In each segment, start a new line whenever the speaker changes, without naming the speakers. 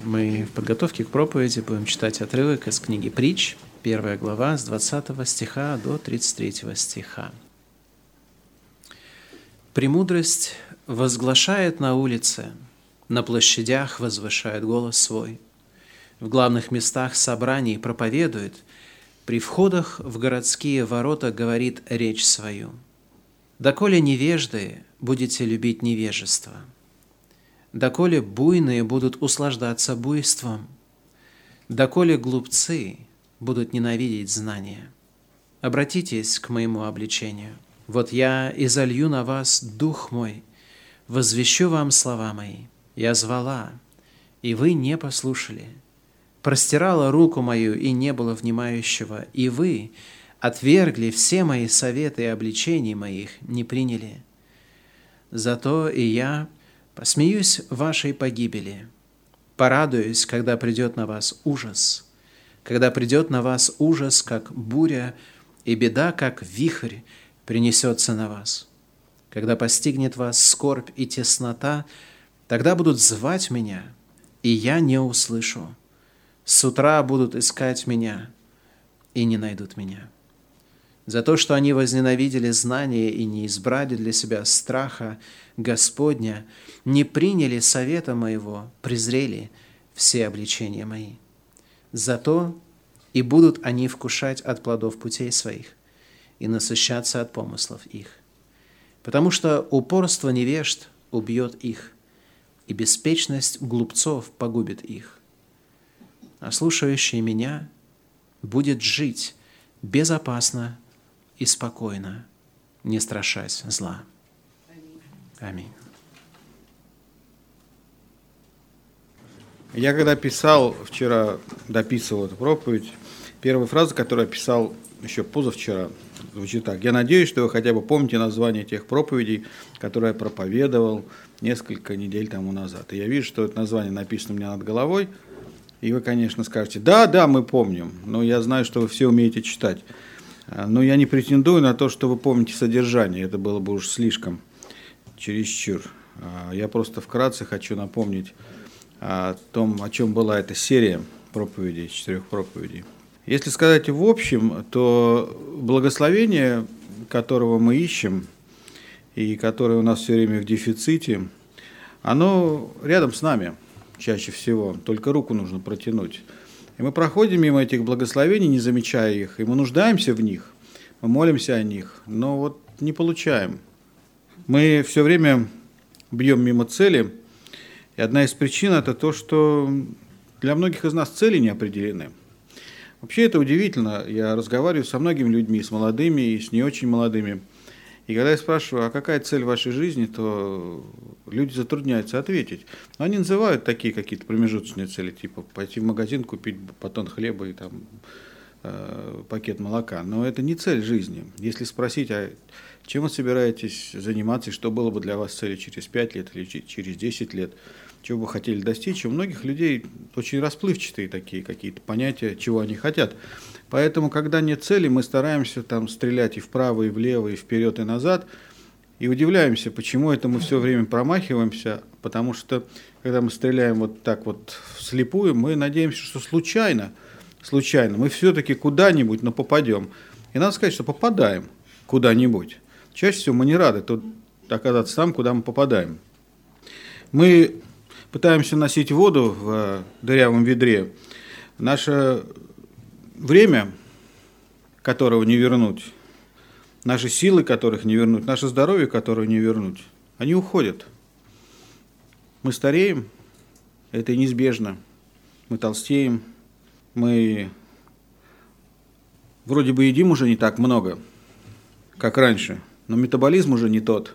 Мы в подготовке к проповеди будем читать отрывок из книги «Притч», 1 глава, с 20 стиха до 33 стиха. «Премудрость возглашает на улице, на площадях возвышает голос свой, в главных местах собраний проповедует, при входах в городские ворота говорит речь свою. Доколе невежды будете любить невежество, доколе буйные будут услаждаться буйством, доколе глупцы будут ненавидеть знания. Обратитесь к моему обличению. Вот я изолью на вас дух мой, возвещу вам слова мои. Я звала, и вы не послушали. Простирала руку мою, и не было внимающего, и вы отвергли все мои советы и обличений моих, не приняли. Зато и я посмеюсь вашей погибели, порадуюсь, когда придет на вас ужас, когда придет на вас ужас, как буря, и беда, как вихрь, принесется на вас. Когда постигнет вас скорбь и теснота, тогда будут звать меня, и я не услышу. С утра будут искать меня, и не найдут меня. За то, что они возненавидели знание и не избрали для себя страха Господня, не приняли совета моего, презрели все обличения мои. Зато и будут они вкушать от плодов путей своих и насыщаться от помыслов их. Потому что упорство невежд убьет их, и беспечность глупцов погубит их. А слушающий меня будет жить безопасно и спокойно, не страшась зла. Аминь.
Я когда писал, вчера дописывал эту проповедь, первая фраза, которую я писал еще позавчера, звучит так. Я надеюсь, что вы хотя бы помните название тех проповедей, которые я проповедовал несколько недель тому назад. И я вижу, что это название написано у меня над головой, и вы, конечно, скажете, да, мы помним, но я знаю, что вы все умеете читать. Но я не претендую на то, что вы помните содержание, это было бы уж слишком, чересчур. Я просто вкратце хочу напомнить о том, о чем была эта серия проповедей, 4 проповедей. Если сказать в общем, то благословение, которого мы ищем, и которое у нас все время в дефиците, оно рядом с нами чаще всего, только руку нужно протянуть. И мы проходим мимо этих благословений, не замечая их, и мы нуждаемся в них, мы молимся о них, но вот не получаем. Мы все время бьем мимо цели, и одна из причин – это то, что для многих из нас цели не определены. Вообще это удивительно, я разговариваю со многими людьми, с молодыми и с не очень молодыми, и когда я спрашиваю, а какая цель в вашей жизни, то люди затрудняются ответить. Но они называют такие какие-то промежуточные цели, типа пойти в магазин, купить батон хлеба и там, пакет молока. Но это не цель жизни. Если спросить, а чем вы собираетесь заниматься, и что было бы для вас целью через 5 лет или через 10 лет, чего бы вы хотели достичь, у многих людей очень расплывчатые такие какие-то понятия, чего они хотят. Поэтому, когда нет цели, мы стараемся там стрелять и вправо, и влево, и вперед, и назад, и удивляемся, почему это мы все время промахиваемся, потому что, когда мы стреляем вот так вот вслепую, мы надеемся, что случайно, мы все-таки куда-нибудь, но попадем. И надо сказать, что попадаем куда-нибудь. Чаще всего мы не рады тут оказаться там, куда мы попадаем. Мы пытаемся носить воду в дырявом ведре. Наше время, которого не вернуть, наши силы, которых не вернуть, наше здоровье, которого не вернуть, они уходят. Мы стареем, это неизбежно. Мы толстеем, мы вроде бы едим уже не так много, как раньше, но метаболизм уже не тот.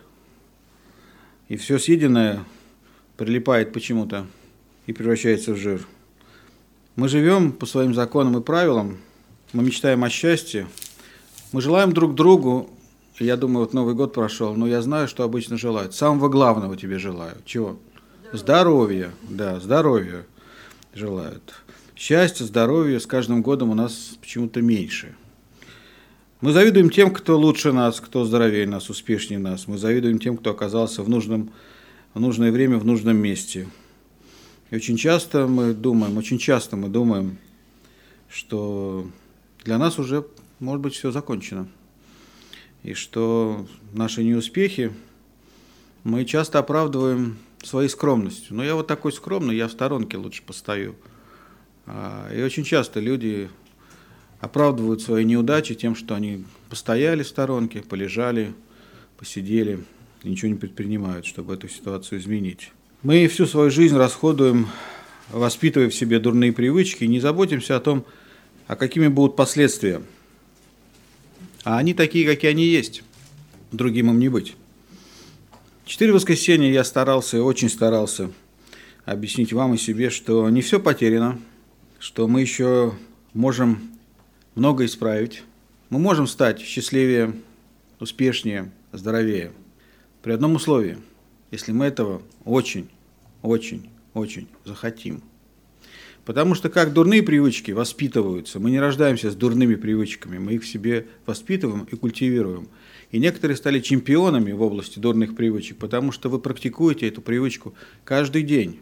И все съеденное прилипает почему-то и превращается в жир. Мы живем по своим законам и правилам, мы мечтаем о счастье, мы желаем друг другу, и я думаю, вот Новый год прошел, но я знаю, что обычно желают. Самого главного тебе желаю. Чего? Здоровья. Да, здоровья желают. Счастья, здоровья с каждым годом у нас почему-то меньше. Мы завидуем тем, кто лучше нас, кто здоровее нас, успешнее нас. Мы завидуем тем, кто оказался в нужное время, в нужном месте. И очень часто мы думаем, что для нас уже, может быть, все закончено. И что наши неуспехи мы часто оправдываем своей скромностью. Но я вот такой скромный, я в сторонке лучше постою. И очень часто люди оправдывают свои неудачи тем, что они постояли в сторонке, полежали, посидели, и ничего не предпринимают, чтобы эту ситуацию изменить. Мы всю свою жизнь расходуем, воспитывая в себе дурные привычки, и не заботимся о том, а какими будут последствия. А они такие, какие они есть. Другим им не быть. 4 воскресенья я очень старался объяснить вам и себе, что не все потеряно, что мы еще можем много исправить. Мы можем стать счастливее, успешнее, здоровее. При одном условии, если мы этого очень захотим. Потому что как дурные привычки воспитываются, мы не рождаемся с дурными привычками, мы их в себе воспитываем и культивируем. И некоторые стали чемпионами в области дурных привычек, потому что вы практикуете эту привычку каждый день.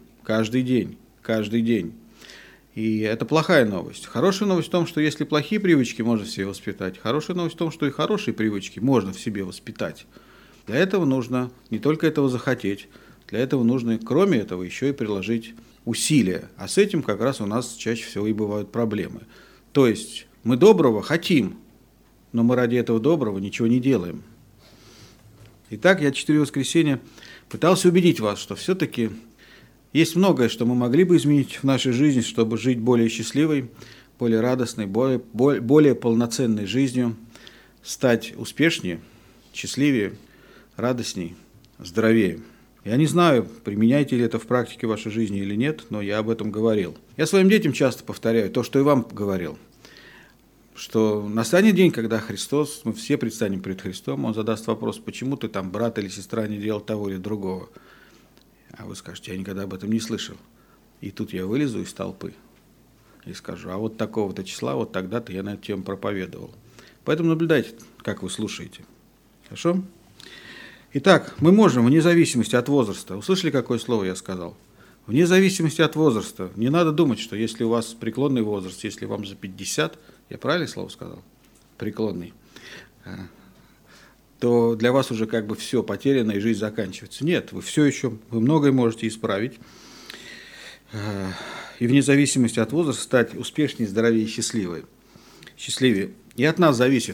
И это плохая новость. Хорошая новость в том, что если плохие привычки можно в себе воспитать, хорошая новость в том, что и хорошие привычки можно в себе воспитать. Для этого нужно не только этого захотеть, для этого нужно, кроме этого, еще и приложить усилия. А с этим как раз у нас чаще всего и бывают проблемы. То есть мы доброго хотим, но мы ради этого доброго ничего не делаем. Итак, я 4 воскресенья пытался убедить вас, что все-таки есть многое, что мы могли бы изменить в нашей жизни, чтобы жить более счастливой, более радостной, более полноценной жизнью, стать успешнее, счастливее, радостней, здоровее. Я не знаю, применяете ли это в практике вашей жизни или нет, но я об этом говорил. Я своим детям часто повторяю то, что и вам говорил, что настанет день, когда Христос, мы все предстанем перед Христом, Он задаст вопрос, почему ты там, брат или сестра, не делал того или другого. А вы скажете, я никогда об этом не слышал. И тут я вылезу из толпы и скажу, а вот такого-то числа, вот тогда-то я на эту тему проповедовал. Поэтому наблюдайте, как вы слушаете. Хорошо? Итак, мы можем, вне зависимости от возраста, услышали, какое слово я сказал? Вне зависимости от возраста. Не надо думать, что если у вас преклонный возраст, если вам за 50, я правильное слово сказал? Преклонный. То для вас уже как бы все потеряно и жизнь заканчивается. Нет, вы многое можете исправить. И вне зависимости от возраста стать успешнее, здоровее и счастливее. И от нас зависит,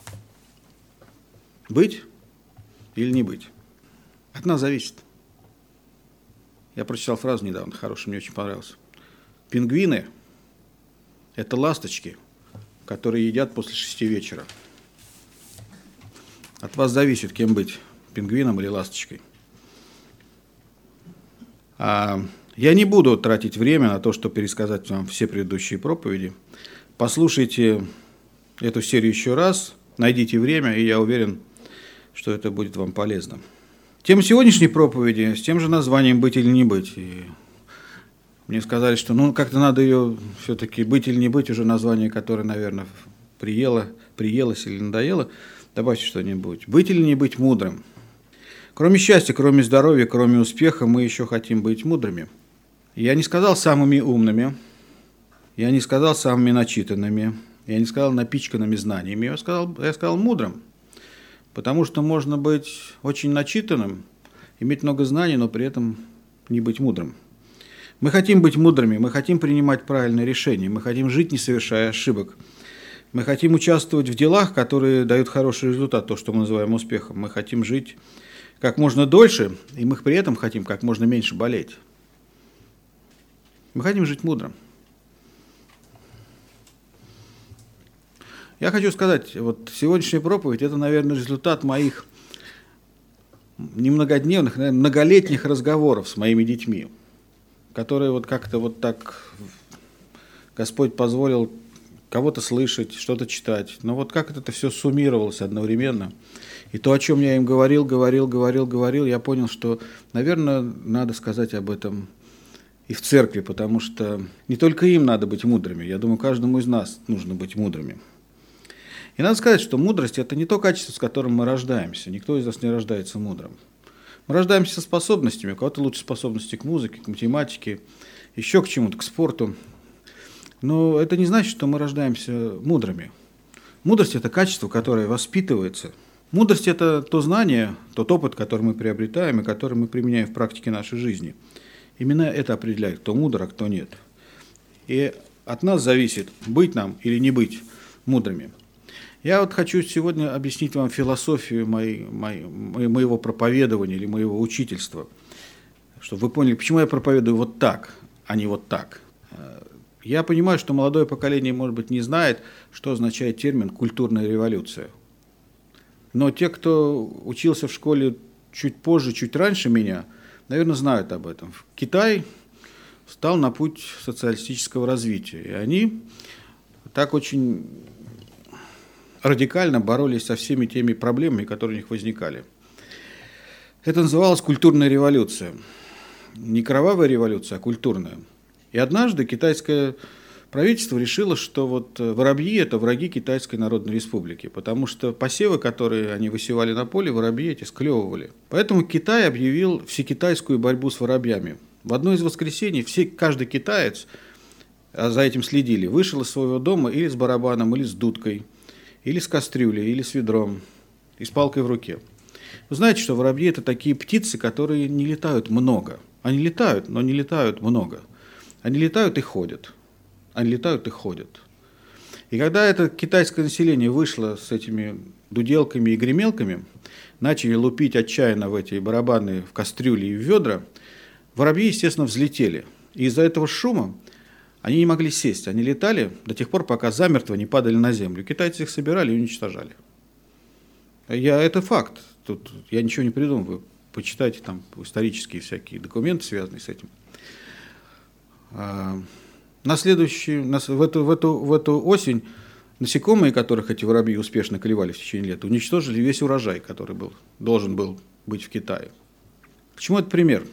быть или не быть. От нас зависит. Я прочитал фразу недавно, хорошую, мне очень понравилась. Пингвины – это ласточки, которые едят после 6 вечера. От вас зависит, кем быть, пингвином или ласточкой. Я не буду тратить время на то, чтобы пересказать вам все предыдущие проповеди. Послушайте эту серию еще раз, найдите время, и я уверен, что это будет вам полезно. Тема сегодняшней проповеди с тем же названием «Быть или не быть». И мне сказали, что как-то надо ее все-таки «Быть или не быть», уже название, которое, наверное, приелось или надоело. Добавьте что-нибудь. Быть или не быть мудрым. Кроме счастья, кроме здоровья, кроме успеха, мы еще хотим быть мудрыми. Я не сказал самыми умными, я не сказал самыми начитанными, я не сказал напичканными знаниями, я сказал мудрым. Потому что можно быть очень начитанным, иметь много знаний, но при этом не быть мудрым. Мы хотим быть мудрыми, мы хотим принимать правильные решения, мы хотим жить, не совершая ошибок. Мы хотим участвовать в делах, которые дают хороший результат, то, что мы называем успехом. Мы хотим жить как можно дольше, и мы при этом хотим как можно меньше болеть. Мы хотим жить мудро. Я хочу сказать, вот сегодняшняя проповедь – это, наверное, результат моих немногодневных, наверное, многолетних разговоров с моими детьми, которые вот как-то вот так Господь позволил кого-то слышать, что-то читать. Но вот как это все суммировалось одновременно. И то, о чем я им говорил, я понял, что, наверное, надо сказать об этом и в церкви, потому что не только им надо быть мудрыми. Я думаю, каждому из нас нужно быть мудрыми. И надо сказать, что мудрость – это не то качество, с которым мы рождаемся. Никто из нас не рождается мудрым. Мы рождаемся со способностями. У кого-то лучше способности к музыке, к математике, еще к чему-то, к спорту. Но это не значит, что мы рождаемся мудрыми. Мудрость – это качество, которое воспитывается. Мудрость – это то знание, тот опыт, который мы приобретаем и который мы применяем в практике нашей жизни. Именно это определяет, кто мудр, а кто нет. И от нас зависит, быть нам или не быть мудрыми. Я вот хочу сегодня объяснить вам философию моего проповедования или моего учительства, чтобы вы поняли, почему я проповедую вот так, а не вот так. Я понимаю, что молодое поколение, может быть, не знает, что означает термин «культурная революция». Но те, кто учился в школе чуть позже, чуть раньше меня, наверное, знают об этом. Китай встал на путь социалистического развития, и они так очень радикально боролись со всеми теми проблемами, которые у них возникали. Это называлось культурная революция. Не кровавая революция, а культурная. И однажды китайское правительство решило, что вот воробьи – это враги Китайской Народной Республики, потому что посевы, которые они высевали на поле, воробьи эти склевывали. Поэтому Китай объявил всекитайскую борьбу с воробьями. В одно из воскресений каждый китаец, а за этим следили, вышел из своего дома или с барабаном, или с дудкой, или с кастрюлей, или с ведром, и с палкой в руке. Вы знаете, что воробьи – это такие птицы, которые не летают много. Они летают, но не летают много. Они летают и ходят. Они летают и ходят. И когда это китайское население вышло с этими дуделками и гремелками, начали лупить отчаянно в эти барабаны, в кастрюли и в ведра, воробьи, естественно, взлетели. И из-за этого шума они не могли сесть. Они летали до тех пор, пока замертво не падали на землю. Китайцы их собирали и уничтожали. Это факт. Тут я ничего не придумываю. Почитайте там исторические всякие документы, связанные с этим. В эту осень насекомые, которых эти воробьи успешно клевали в течение лета, уничтожили весь урожай, который должен был быть в Китае. К чему этот пример?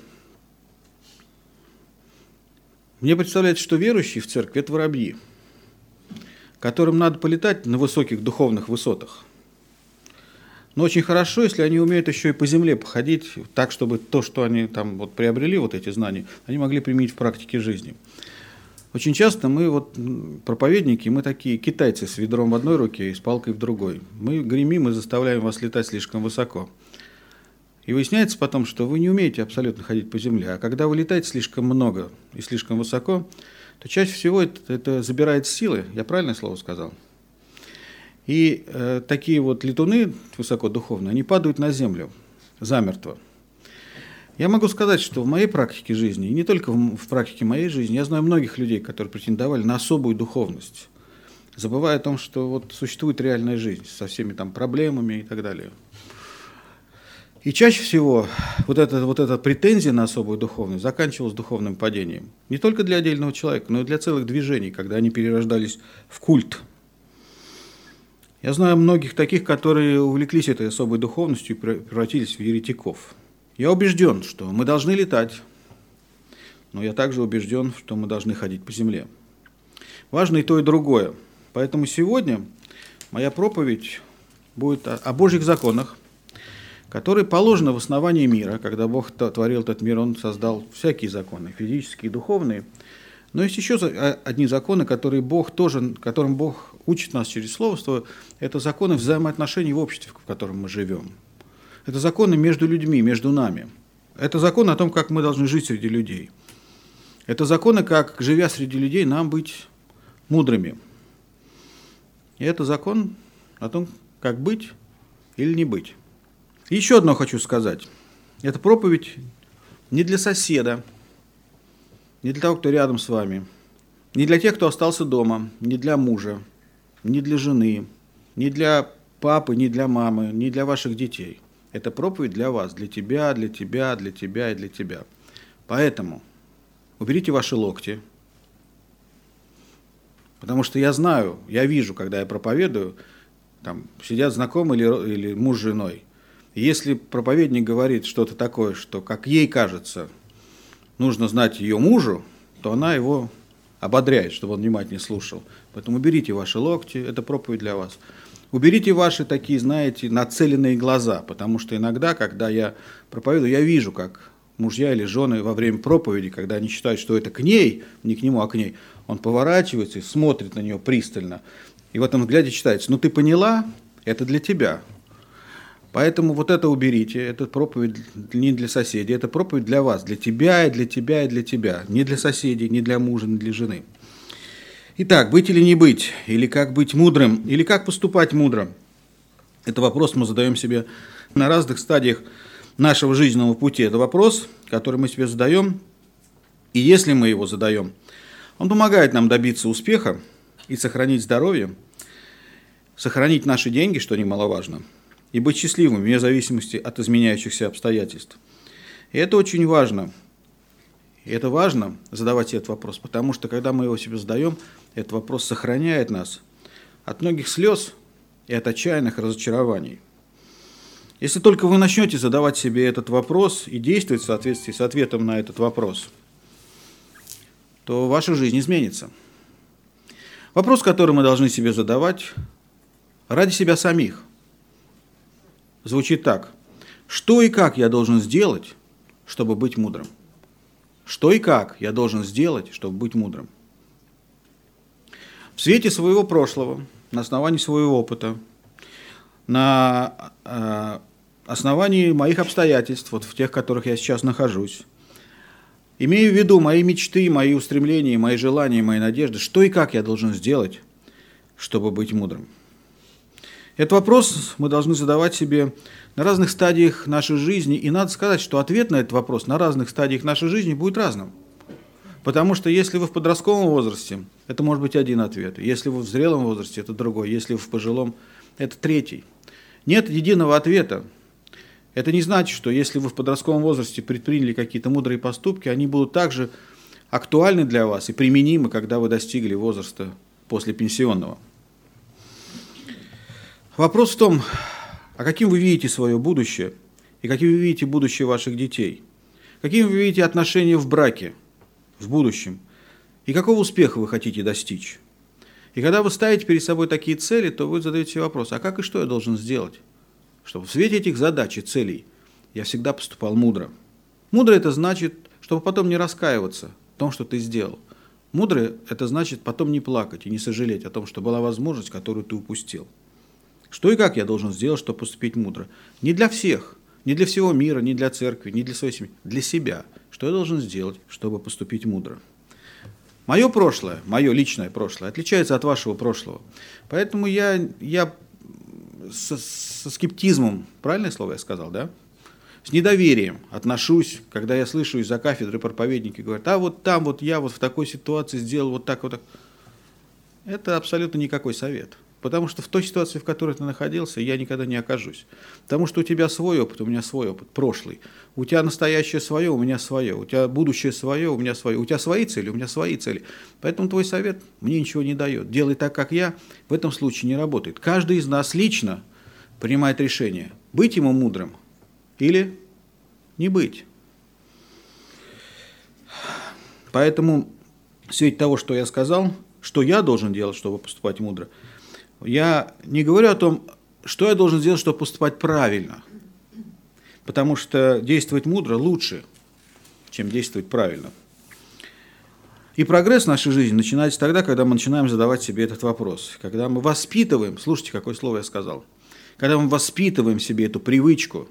Мне представляется, что верующие в церкви – это воробьи, которым надо полетать на высоких духовных высотах. Но очень хорошо, если они умеют еще и по земле походить так, чтобы то, что они там вот приобрели, вот эти знания, они могли применить в практике жизни. Очень часто мы, проповедники, мы такие китайцы с ведром в одной руке и с палкой в другой. Мы гремим и заставляем вас летать слишком высоко. И выясняется потом, что вы не умеете абсолютно ходить по земле. А когда вы летаете слишком много и слишком высоко, то чаще всего это забирает силы. Я правильное слово сказал? И такие вот летуны высокодуховные, они падают на землю замертво. Я могу сказать, что в моей практике жизни, и не только в практике моей жизни, я знаю многих людей, которые претендовали на особую духовность, забывая о том, что вот существует реальная жизнь со всеми там проблемами и так далее. И чаще всего вот эта претензия на особую духовность заканчивалась духовным падением. Не только для отдельного человека, но и для целых движений, когда они перерождались в культ. Я знаю многих таких, которые увлеклись этой особой духовностью и превратились в еретиков. Я убежден, что мы должны летать, но я также убежден, что мы должны ходить по земле. Важно и то, и другое. Поэтому сегодня моя проповедь будет о Божьих законах, которые положены в основании мира. Когда Бог творил этот мир, Он создал всякие законы, физические и духовные. Но есть еще одни законы, которым Бог учит нас через Слово, это законы взаимоотношений в обществе, в котором мы живем. Это законы между людьми, между нами. Это законы о том, как мы должны жить среди людей. Это законы, как, живя среди людей, нам быть мудрыми. И это закон о том, как быть или не быть. И еще одно хочу сказать. Эта проповедь не для соседа, не для того, кто рядом с вами, не для тех, кто остался дома, не для мужа, не для жены, не для папы, не для мамы, не для ваших детей. Это проповедь для вас, для тебя, для тебя, для тебя и для тебя. Поэтому уберите ваши локти, потому что я знаю, я вижу, когда я проповедую, там сидят знакомые или муж с женой. И если проповедник говорит что-то такое, что, как ей кажется, нужно знать ее мужу, то она его ободряет, чтобы он внимательнее слушал. Поэтому уберите ваши локти, это проповедь для вас. Уберите ваши такие, знаете, нацеленные глаза, потому что иногда, когда я проповедую, я вижу, как мужья или жены во время проповеди, когда они считают, что это к ней, не к нему, а к ней, он поворачивается и смотрит на нее пристально. И в этом взгляде читается: ну ты поняла, это для тебя. Поэтому вот это уберите, это проповедь не для соседей, это проповедь для вас, для тебя и для тебя и для тебя. Не для соседей, не для мужа, не для жены. Итак, быть или не быть, или как быть мудрым, или как поступать мудро. Это вопрос мы задаем себе на разных стадиях нашего жизненного пути. Это вопрос, который мы себе задаем, и если мы его задаем, он помогает нам добиться успеха и сохранить здоровье, сохранить наши деньги, что немаловажно, и быть счастливым вне зависимости от изменяющихся обстоятельств. И это очень важно. И это важно задавать себе этот вопрос, потому что когда мы его себе задаем, этот вопрос сохраняет нас от многих слез и от отчаянных разочарований. Если только вы начнете задавать себе этот вопрос и действовать в соответствии с ответом на этот вопрос, то ваша жизнь изменится. Вопрос, который мы должны себе задавать ради себя самих, звучит так: что и как я должен сделать, чтобы быть мудрым? Что и как я должен сделать, чтобы быть мудрым? В свете своего прошлого, на основании своего опыта, на основании моих обстоятельств, вот в тех, в которых я сейчас нахожусь, имею в виду мои мечты, мои устремления, мои желания, мои надежды, что и как я должен сделать, чтобы быть мудрым? Этот вопрос мы должны задавать себе на разных стадиях нашей жизни, и надо сказать, что ответ на этот вопрос на разных стадиях нашей жизни будет разным. Потому что если вы в подростковом возрасте, это может быть один ответ, если вы в зрелом возрасте, это другой, если вы в пожилом, это третий. Нет единого ответа. Это не значит, что если вы в подростковом возрасте предприняли какие-то мудрые поступки, они будут также актуальны для вас и применимы, когда вы достигли возраста после пенсионного. Вопрос в том, а каким вы видите свое будущее, и каким вы видите будущее ваших детей, каким вы видите отношения в браке, в будущем, и какого успеха вы хотите достичь. И когда вы ставите перед собой такие цели, то вы задаете себе вопрос: а как и что я должен сделать, чтобы в свете этих задач и целей я всегда поступал мудро. Мудро – это значит, чтобы потом не раскаиваться в том, что ты сделал. Мудро – это значит потом не плакать и не сожалеть о том, что была возможность, которую ты упустил. Что и как я должен сделать, чтобы поступить мудро? Не для всех, не для всего мира, не для церкви, не для своей семьи, для себя. Что я должен сделать, чтобы поступить мудро? Мое прошлое, мое личное прошлое отличается от вашего прошлого. Поэтому я со скептизмом, правильное слово я сказал, да? С недоверием отношусь, когда я слышу из-за кафедры проповедники говорят: а вот там вот я вот в такой ситуации сделал вот так, вот так. Это абсолютно никакой совет. Потому что в той ситуации, в которой ты находился, я никогда не окажусь. Потому что у тебя свой опыт, у меня свой опыт, прошлый. У тебя настоящее свое, у меня свое. У тебя будущее свое, у меня свое. У тебя свои цели, у меня свои цели. Поэтому твой совет мне ничего не дает. Делай так, как я, в этом случае не работает. Каждый из нас лично принимает решение, быть ему мудрым или не быть. Поэтому в свете того, что я сказал, что я должен делать, чтобы поступать мудро, я не говорю о том, что я должен сделать, чтобы поступать правильно, потому что действовать мудро лучше, чем действовать правильно. И прогресс в нашей жизни начинается тогда, когда мы начинаем задавать себе этот вопрос, когда мы воспитываем, слушайте, какое слово я сказал, когда мы воспитываем себе эту привычку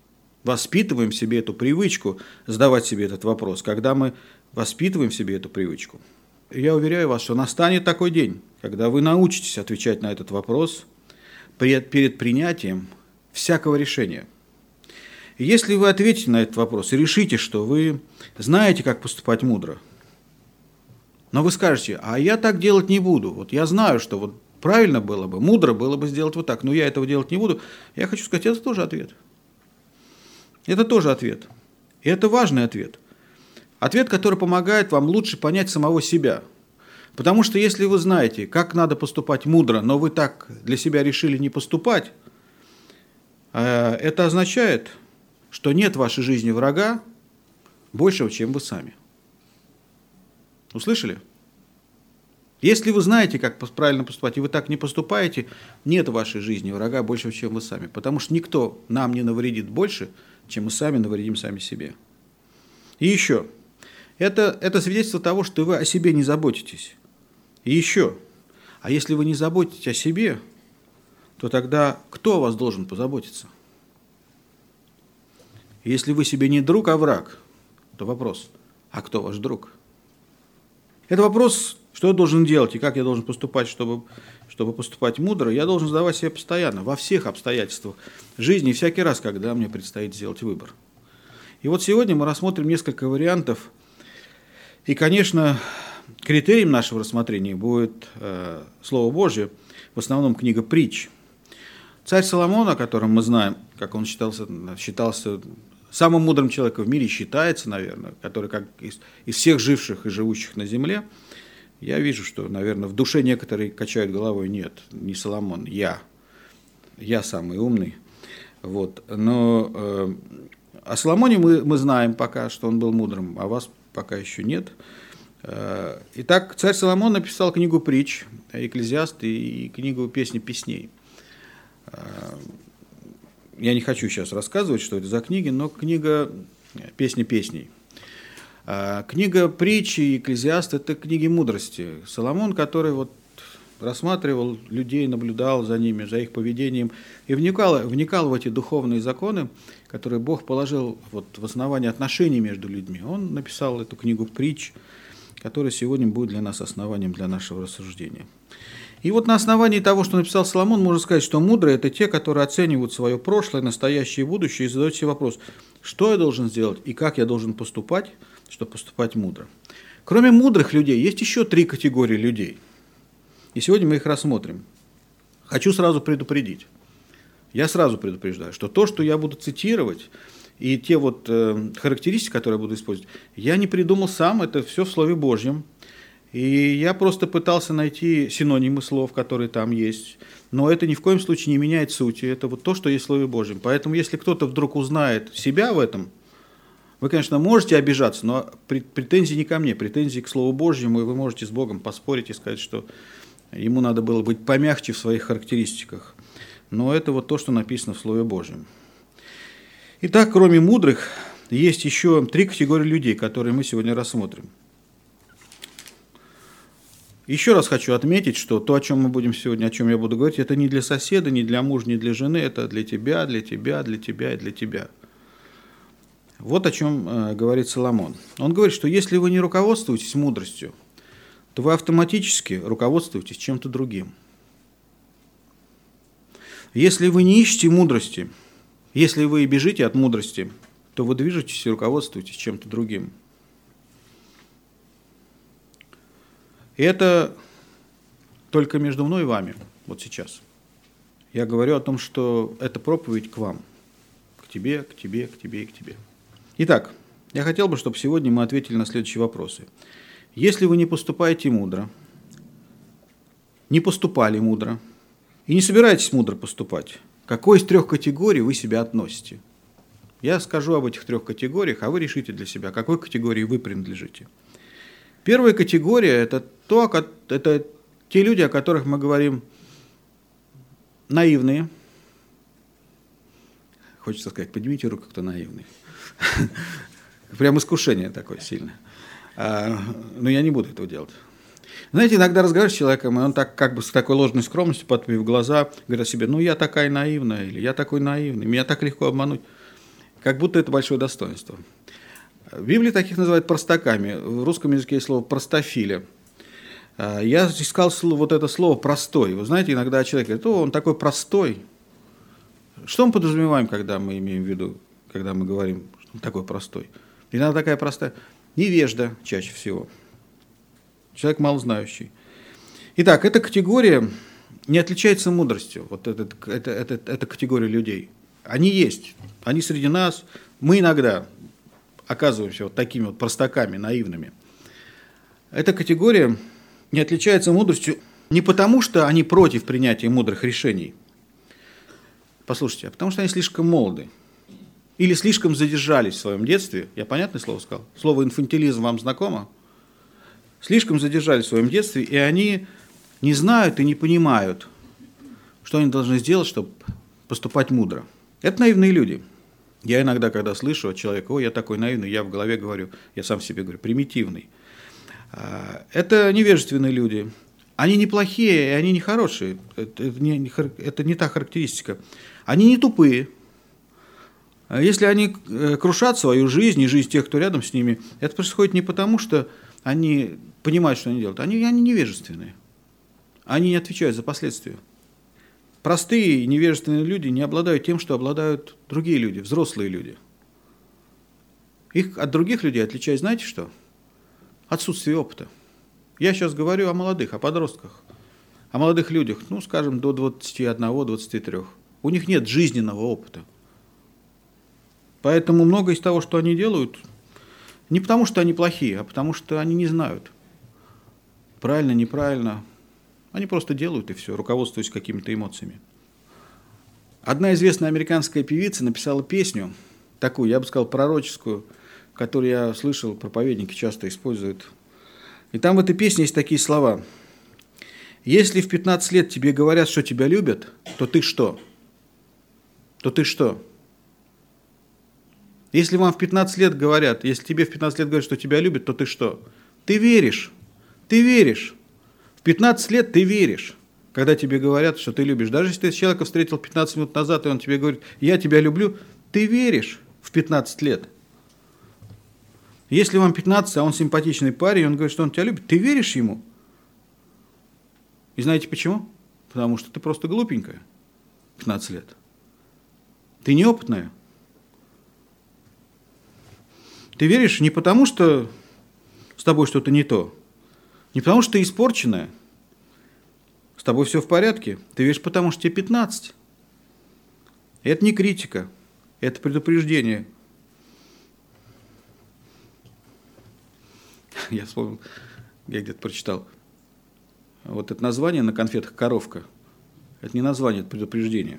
задавать себе этот вопрос, когда мы воспитываем в себе эту привычку. Я уверяю вас, что настанет такой день, когда вы научитесь отвечать на этот вопрос перед принятием всякого решения. И если вы ответите на этот вопрос и решите, что вы знаете, как поступать мудро, но вы скажете: а я так делать не буду, вот я знаю, что вот правильно было бы, мудро было бы сделать вот так, но я этого делать не буду, я хочу сказать, это тоже ответ. Это тоже ответ. И это важный ответ. Ответ, который помогает вам лучше понять самого себя. Потому что если вы знаете, как надо поступать мудро, но вы так для себя решили не поступать, это означает, что нет в вашей жизни врага большего, чем вы сами. Услышали? Если вы знаете, как правильно поступать, и вы так не поступаете, нет в вашей жизни врага большего, чем вы сами. Потому что никто нам не навредит больше, чем мы сами навредим сами себе. И еще. Это свидетельство того, что вы о себе не заботитесь. И еще. А если вы не заботитесь о себе, то тогда кто о вас должен позаботиться? Если вы себе не друг, а враг, то вопрос, а кто ваш друг? Это вопрос, что я должен делать и как я должен поступать, чтобы поступать мудро, я должен задавать себе постоянно, во всех обстоятельствах жизни, и всякий раз, когда мне предстоит сделать выбор. И вот сегодня мы рассмотрим несколько вариантов, и, конечно, критерием нашего рассмотрения будет Слово Божье, в основном книга Притч. Царь Соломон, о котором мы знаем, как он считался самым мудрым человеком в мире, считается, наверное, который как из всех живших и живущих на земле, я вижу, что, наверное, в душе некоторые качают головой: нет, не Соломон, я самый умный. Вот. Но о Соломоне мы знаем пока, что он был мудрым, а вас пока еще нет. Итак, царь Соломон написал книгу Притч, Экклезиаст и книгу Песни песней. Я не хочу сейчас рассказывать, что это за книги, но книга Песни песней. Книга Притч и Экклезиаст – это книги мудрости. Соломон, который вот рассматривал людей, наблюдал за ними, за их поведением и вникал в эти духовные законы, которые Бог положил вот в основании отношений между людьми. Он написал эту книгу Притч, которая сегодня будет для нас основанием для нашего рассуждения. И вот на основании того, что написал Соломон, можно сказать, что мудрые – это те, которые оценивают свое прошлое, настоящее и будущее и задают себе вопрос, что я должен сделать и как я должен поступать, чтобы поступать мудро. Кроме мудрых людей, есть еще 3 категории людей. И сегодня мы их рассмотрим. Хочу сразу предупредить. Я сразу предупреждаю, что то, что я буду цитировать, и те вот характеристики, которые я буду использовать, я не придумал сам, это все в Слове Божьем. И я просто пытался найти синонимы слов, которые там есть. Но это ни в коем случае не меняет сути. Это вот то, что есть в Слове Божьем. Поэтому, если кто-то вдруг узнает себя в этом, вы, конечно, можете обижаться, но претензии не ко мне, претензии к Слову Божьему, и вы можете с Богом поспорить и сказать, что ему надо было быть помягче в своих характеристиках. Но это вот то, что написано в Слове Божьем. Итак, кроме мудрых, есть еще 3 категории людей, которые мы сегодня рассмотрим. Еще раз хочу отметить, что то, о чем мы будем сегодня, о чем я буду говорить, это не для соседа, не для мужа, не для жены, это для тебя, для тебя, для тебя и для тебя. Вот о чем говорит Соломон. Он говорит, что если вы не руководствуетесь мудростью, то вы автоматически руководствуетесь чем-то другим. Если вы не ищете мудрости, если вы бежите от мудрости, то вы движетесь и руководствуетесь чем-то другим. И это только между мной и вами, вот сейчас. Я говорю о том, что это проповедь к вам, к тебе, к тебе, к тебе и к тебе. Итак, я хотел бы, чтобы сегодня мы ответили на следующие вопросы. Если вы не поступаете мудро, не поступали мудро и не собираетесь мудро поступать, к какой из 3 категорий вы себя относите? Я скажу об этих 3 категориях, а вы решите для себя, к какой категории вы принадлежите. Первая категория – это те люди, о которых мы говорим наивные. Хочется сказать, поднимите руку, кто наивный. Прям искушение такое сильное. Но я не буду этого делать. Знаете, иногда разговариваешь с человеком, и он так, как бы с такой ложной скромностью, подпив глаза, говорит о себе: ну я такая наивная, или я такой наивный, меня так легко обмануть. Как будто это большое достоинство. В Библии таких называют простаками. В русском языке есть слово простофиля. Я искал вот это слово «простой». Вы знаете, иногда человек говорит: о, он такой простой. Что мы подразумеваем, когда мы имеем в виду, когда мы говорим, что он такой простой? Иногда такая простая. Невежда чаще всего. Человек малознающий. Итак, эта категория не отличается мудростью. Вот эта категория людей. Они есть. Они среди нас. Мы иногда оказываемся вот такими вот простаками, наивными. Эта категория не отличается мудростью не потому, что они против принятия мудрых решений. Послушайте, а потому что они слишком молоды. Или слишком задержались в своем детстве. Я понятное слово сказал? Слово инфантилизм вам знакомо? Слишком задержались в своем детстве, и они не знают и не понимают, что они должны сделать, чтобы поступать мудро. Это наивные люди. Я иногда, когда слышу от человека, ой, я такой наивный, я в голове говорю, я сам себе говорю, примитивный. Это невежественные люди. Они не плохие, и они не хорошие. Это не та характеристика. Они не тупые. Если они крушат свою жизнь и жизнь тех, кто рядом с ними, это происходит не потому, что они понимают, что они делают. Они невежественные. Они не отвечают за последствия. Простые невежественные люди не обладают тем, что обладают другие люди, взрослые люди. Их от других людей отличает, знаете что? Отсутствие опыта. Я сейчас говорю о молодых, о подростках, о молодых людях, ну, скажем, до 21-23. У них нет жизненного опыта. Поэтому многое из того, что они делают, не потому, что они плохие, а потому, что они не знают. Правильно, неправильно. Они просто делают и все, руководствуясь какими-то эмоциями. Одна известная американская певица написала песню, такую, я бы сказал, пророческую, которую я слышал, проповедники часто используют. И там в этой песне есть такие слова. «Если в 15 лет тебе говорят, что тебя любят, то ты что? То ты что? Если вам в 15 лет говорят, если тебе в 15 лет говорят, что тебя любят, то ты что? Ты веришь. Ты веришь. В 15 лет ты веришь, когда тебе говорят, что ты любишь. Даже если ты человека встретил 15 минут назад, и он тебе говорит, я тебя люблю, ты веришь в 15 лет. Если вам 15, а он симпатичный парень, и он говорит, что он тебя любит, ты веришь ему. И знаете почему? Потому что ты просто глупенькая. 15 лет. Ты неопытная. Ты веришь не потому, что с тобой что-то не то. Не потому, что ты испорченная. С тобой все в порядке. Ты веришь потому, что тебе 15. Это не критика. Это предупреждение. Я вспомнил, я где-то прочитал. Вот это название на конфетах «Коровка». Это не название, это предупреждение.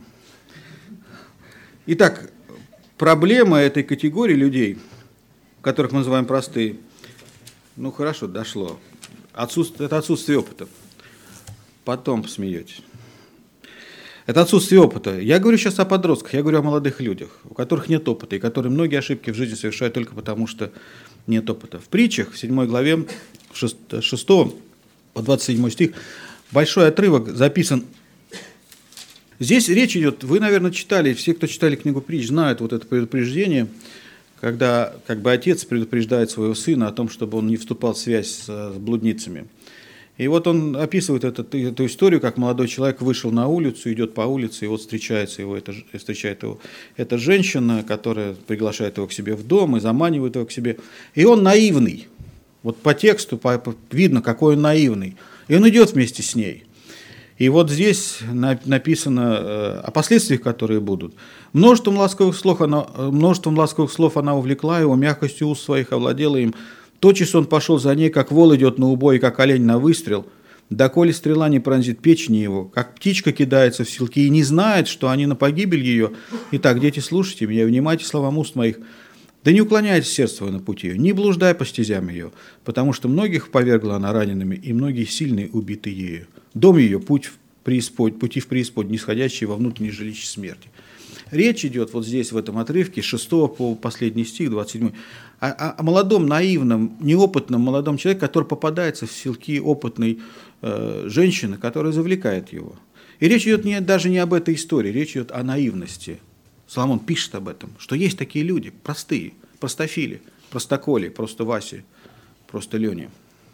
Итак, проблема этой категории людей, которых мы называем простые, ну хорошо, дошло. Это отсутствие опыта. Потом посмеетесь. Это отсутствие опыта. Я говорю сейчас о подростках, я говорю о молодых людях, у которых нет опыта, и которые многие ошибки в жизни совершают только потому, что нет опыта. В притчах, в 7 главе, 6 по 27 стих, большой отрывок записан. Здесь речь идет, вы, наверное, читали, все, кто читали книгу притч, знают вот это предупреждение, когда как бы отец предупреждает своего сына о том, чтобы он не вступал в связь с блудницами. И вот он описывает эту историю, как молодой человек вышел на улицу, идет по улице, и вот встречает его эта женщина, которая приглашает его к себе в дом и заманивает его к себе. И он наивный. Вот по тексту видно, какой он наивный. И он идет вместе с ней. И вот здесь написано о последствиях, которые будут. Множеством ласковых слов она увлекла его, мягкостью уст своих овладела им. Тотчас он пошел за ней, как вол идет на убой, как олень на выстрел. Доколе стрела не пронзит печени его, как птичка кидается в селки и не знает, что они на погибель ее. Итак, дети, слушайте меня, внимайте словам уст моих. Да не уклоняйте сердце свое на пути ее, не блуждай по стезям ее, потому что многих повергла она ранеными, и многие сильные убиты ею. Дом ее пути в преисподней, нисходящий во внутреннее жилище смерти. Речь идет вот здесь, в этом отрывке, с 6 по последний стих, 27, о молодом, наивном, неопытном молодом человеке, который попадается в селки опытной женщины, которая завлекает его. И речь идет даже не об этой истории, речь идет о наивности. Соломон пишет об этом, что есть такие люди, простые, простофили, простоколи, просто Васи, просто Лени.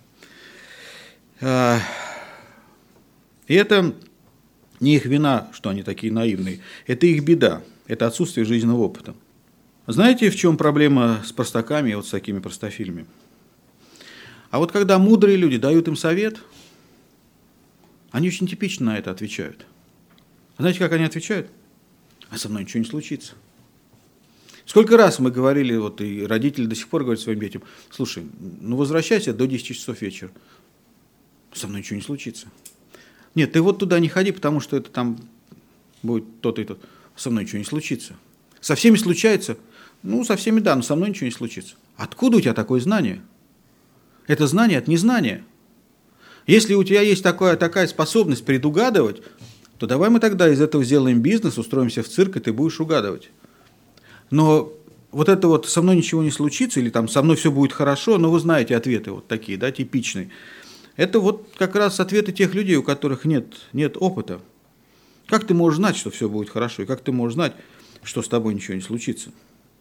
И это не их вина, что они такие наивные, это их беда, это отсутствие жизненного опыта. Знаете, в чем проблема с простаками и вот с такими простофилями? А вот когда мудрые люди дают им совет, они очень типично на это отвечают. Знаете, как они отвечают? А со мной ничего не случится. Сколько раз мы говорили, вот и родители до сих пор говорят своим детям, слушай, ну возвращайся до 10 часов вечера, со мной ничего не случится. Нет, ты вот туда не ходи, потому что это там будет то-то и то. Со мной ничего не случится. Со всеми случается? Ну, со всеми да, но со мной ничего не случится. Откуда у тебя такое знание? Это знание от незнания. Если у тебя есть такая способность предугадывать, то давай мы тогда из этого сделаем бизнес, устроимся в цирк, и ты будешь угадывать. Но вот это вот «со мной ничего не случится» или там «со мной все будет хорошо», но вы знаете ответы вот такие, да, типичные. Это вот как раз ответы тех людей, у которых нет опыта. Как ты можешь знать, что все будет хорошо, и как ты можешь знать, что с тобой ничего не случится?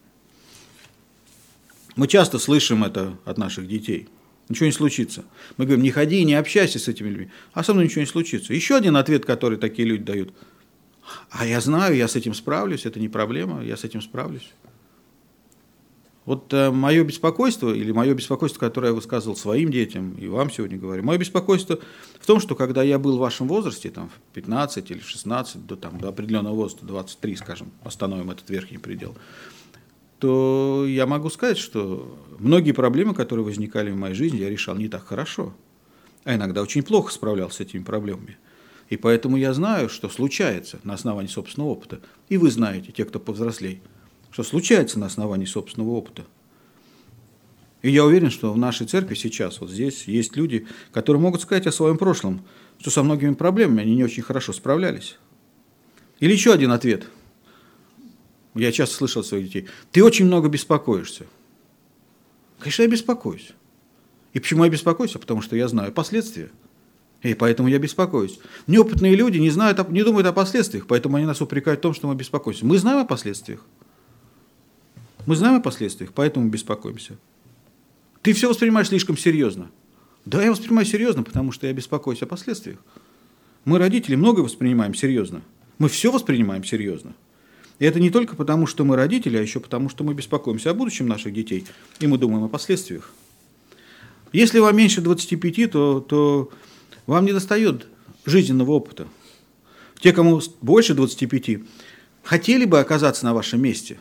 Мы часто слышим это от наших детей. Ничего не случится. Мы говорим, не ходи и не общайся с этими людьми, а со мной ничего не случится. Еще один ответ, который такие люди дают. А я знаю, я с этим справлюсь, это не проблема, я с этим справлюсь. Вот мое беспокойство, или мое беспокойство, которое я высказывал своим детям, и вам сегодня говорю, мое беспокойство в том, что когда я был в вашем возрасте, там, в 15 или 16, до определенного возраста, 23, скажем, остановим этот верхний предел, то я могу сказать, что многие проблемы, которые возникали в моей жизни, я решал не так хорошо, а иногда очень плохо справлялся с этими проблемами. И поэтому я знаю, что случается на основании собственного опыта. И вы знаете, те, кто повзрослей, что случается на основании собственного опыта. И я уверен, что в нашей церкви сейчас, вот здесь, есть люди, которые могут сказать о своем прошлом, что со многими проблемами они не очень хорошо справлялись. Или еще один ответ. Я часто слышал от своих детей. Ты очень много беспокоишься. Конечно, я беспокоюсь. И почему я беспокоюсь? Потому что я знаю последствия. И поэтому я беспокоюсь. Неопытные люди не думают о последствиях, поэтому они нас упрекают в том, что мы беспокоимся. Мы знаем о последствиях. Мы знаем о последствиях, поэтому мы беспокоимся. Ты все воспринимаешь слишком серьезно. Да, я воспринимаю серьезно, потому что я беспокоюсь о последствиях. Мы, родители, многое воспринимаем серьезно. Мы все воспринимаем серьезно. И это не только потому, что мы родители, а еще потому, что мы беспокоимся о будущем наших детей, и мы думаем о последствиях. Если вам меньше 25, то вам не достает жизненного опыта. Те, кому больше 25, хотели бы оказаться на вашем месте.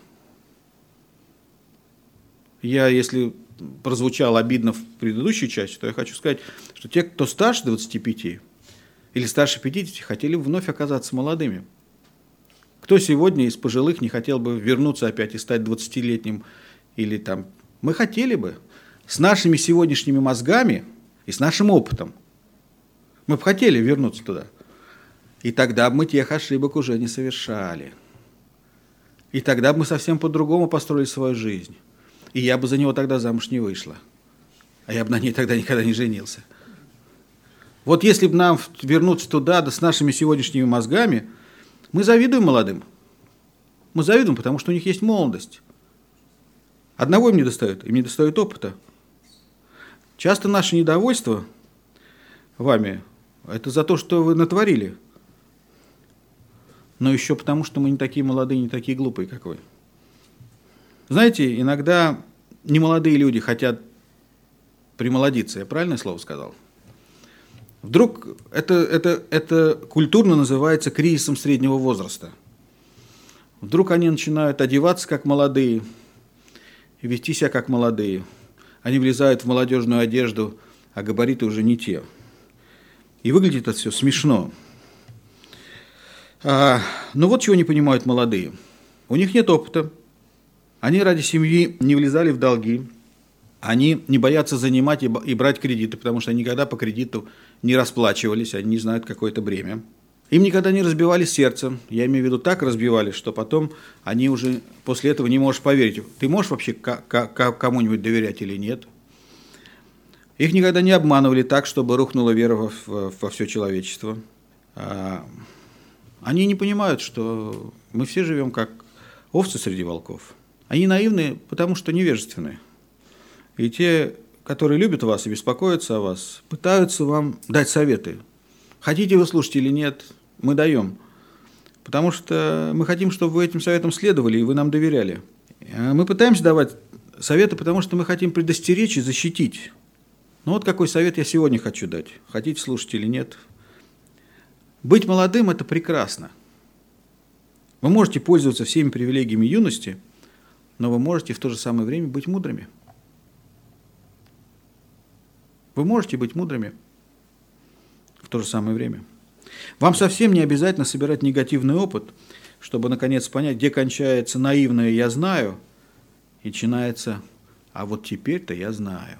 Если прозвучало обидно в предыдущей части, то я хочу сказать, что те, кто старше 25 или старше 50, хотели бы вновь оказаться молодыми. Кто сегодня из пожилых не хотел бы вернуться опять и стать 20-летним? Или там... Мы хотели бы. С нашими сегодняшними мозгами и с нашим опытом. Мы бы хотели вернуться туда. И тогда бы мы тех ошибок уже не совершали. И тогда бы мы совсем по-другому построили свою жизнь. И я бы за него тогда замуж не вышла. А я бы на ней тогда никогда не женился. Вот если бы нам вернуться туда, да с нашими сегодняшними мозгами, мы завидуем молодым. Мы завидуем, потому что у них есть молодость. Одного им не достает опыта. Часто наше недовольство вами – это за то, что вы натворили. Но еще потому, что мы не такие молодые, не такие глупые, как вы. Знаете, иногда немолодые люди хотят примолодиться. Я правильное слово сказал? Вдруг это культурно называется кризисом среднего возраста. Вдруг они начинают одеваться как молодые и вести себя как молодые. Они влезают в молодежную одежду, а габариты уже не те. И выглядит это все смешно. Но вот чего не понимают молодые. У них нет опыта. Они ради семьи не влезали в долги. Они не боятся занимать и брать кредиты, потому что они никогда по кредиту не расплачивались, они не знают какое-то бремя. Им никогда не разбивали сердце. Я имею в виду так разбивали, что потом они уже после этого не можешь поверить. Ты можешь вообще кому-нибудь доверять или нет? Их никогда не обманывали так, чтобы рухнула вера во все человечество. Они не понимают, что мы все живем как овцы среди волков. Они наивны, потому что невежественны. И те, которые любят вас и беспокоятся о вас, пытаются вам дать советы. Хотите вы слушать или нет, мы даем. Потому что мы хотим, чтобы вы этим советам следовали, и вы нам доверяли. Мы пытаемся давать советы, потому что мы хотим предостеречь и защитить. Ну вот какой совет я сегодня хочу дать. Хотите слушать или нет. Быть молодым – это прекрасно. Вы можете пользоваться всеми привилегиями юности, но вы можете в то же самое время быть мудрыми. Вы можете быть мудрыми в то же самое время. Вам совсем не обязательно собирать негативный опыт, чтобы наконец понять, где кончается наивное «я знаю» и начинается «а вот теперь-то я знаю».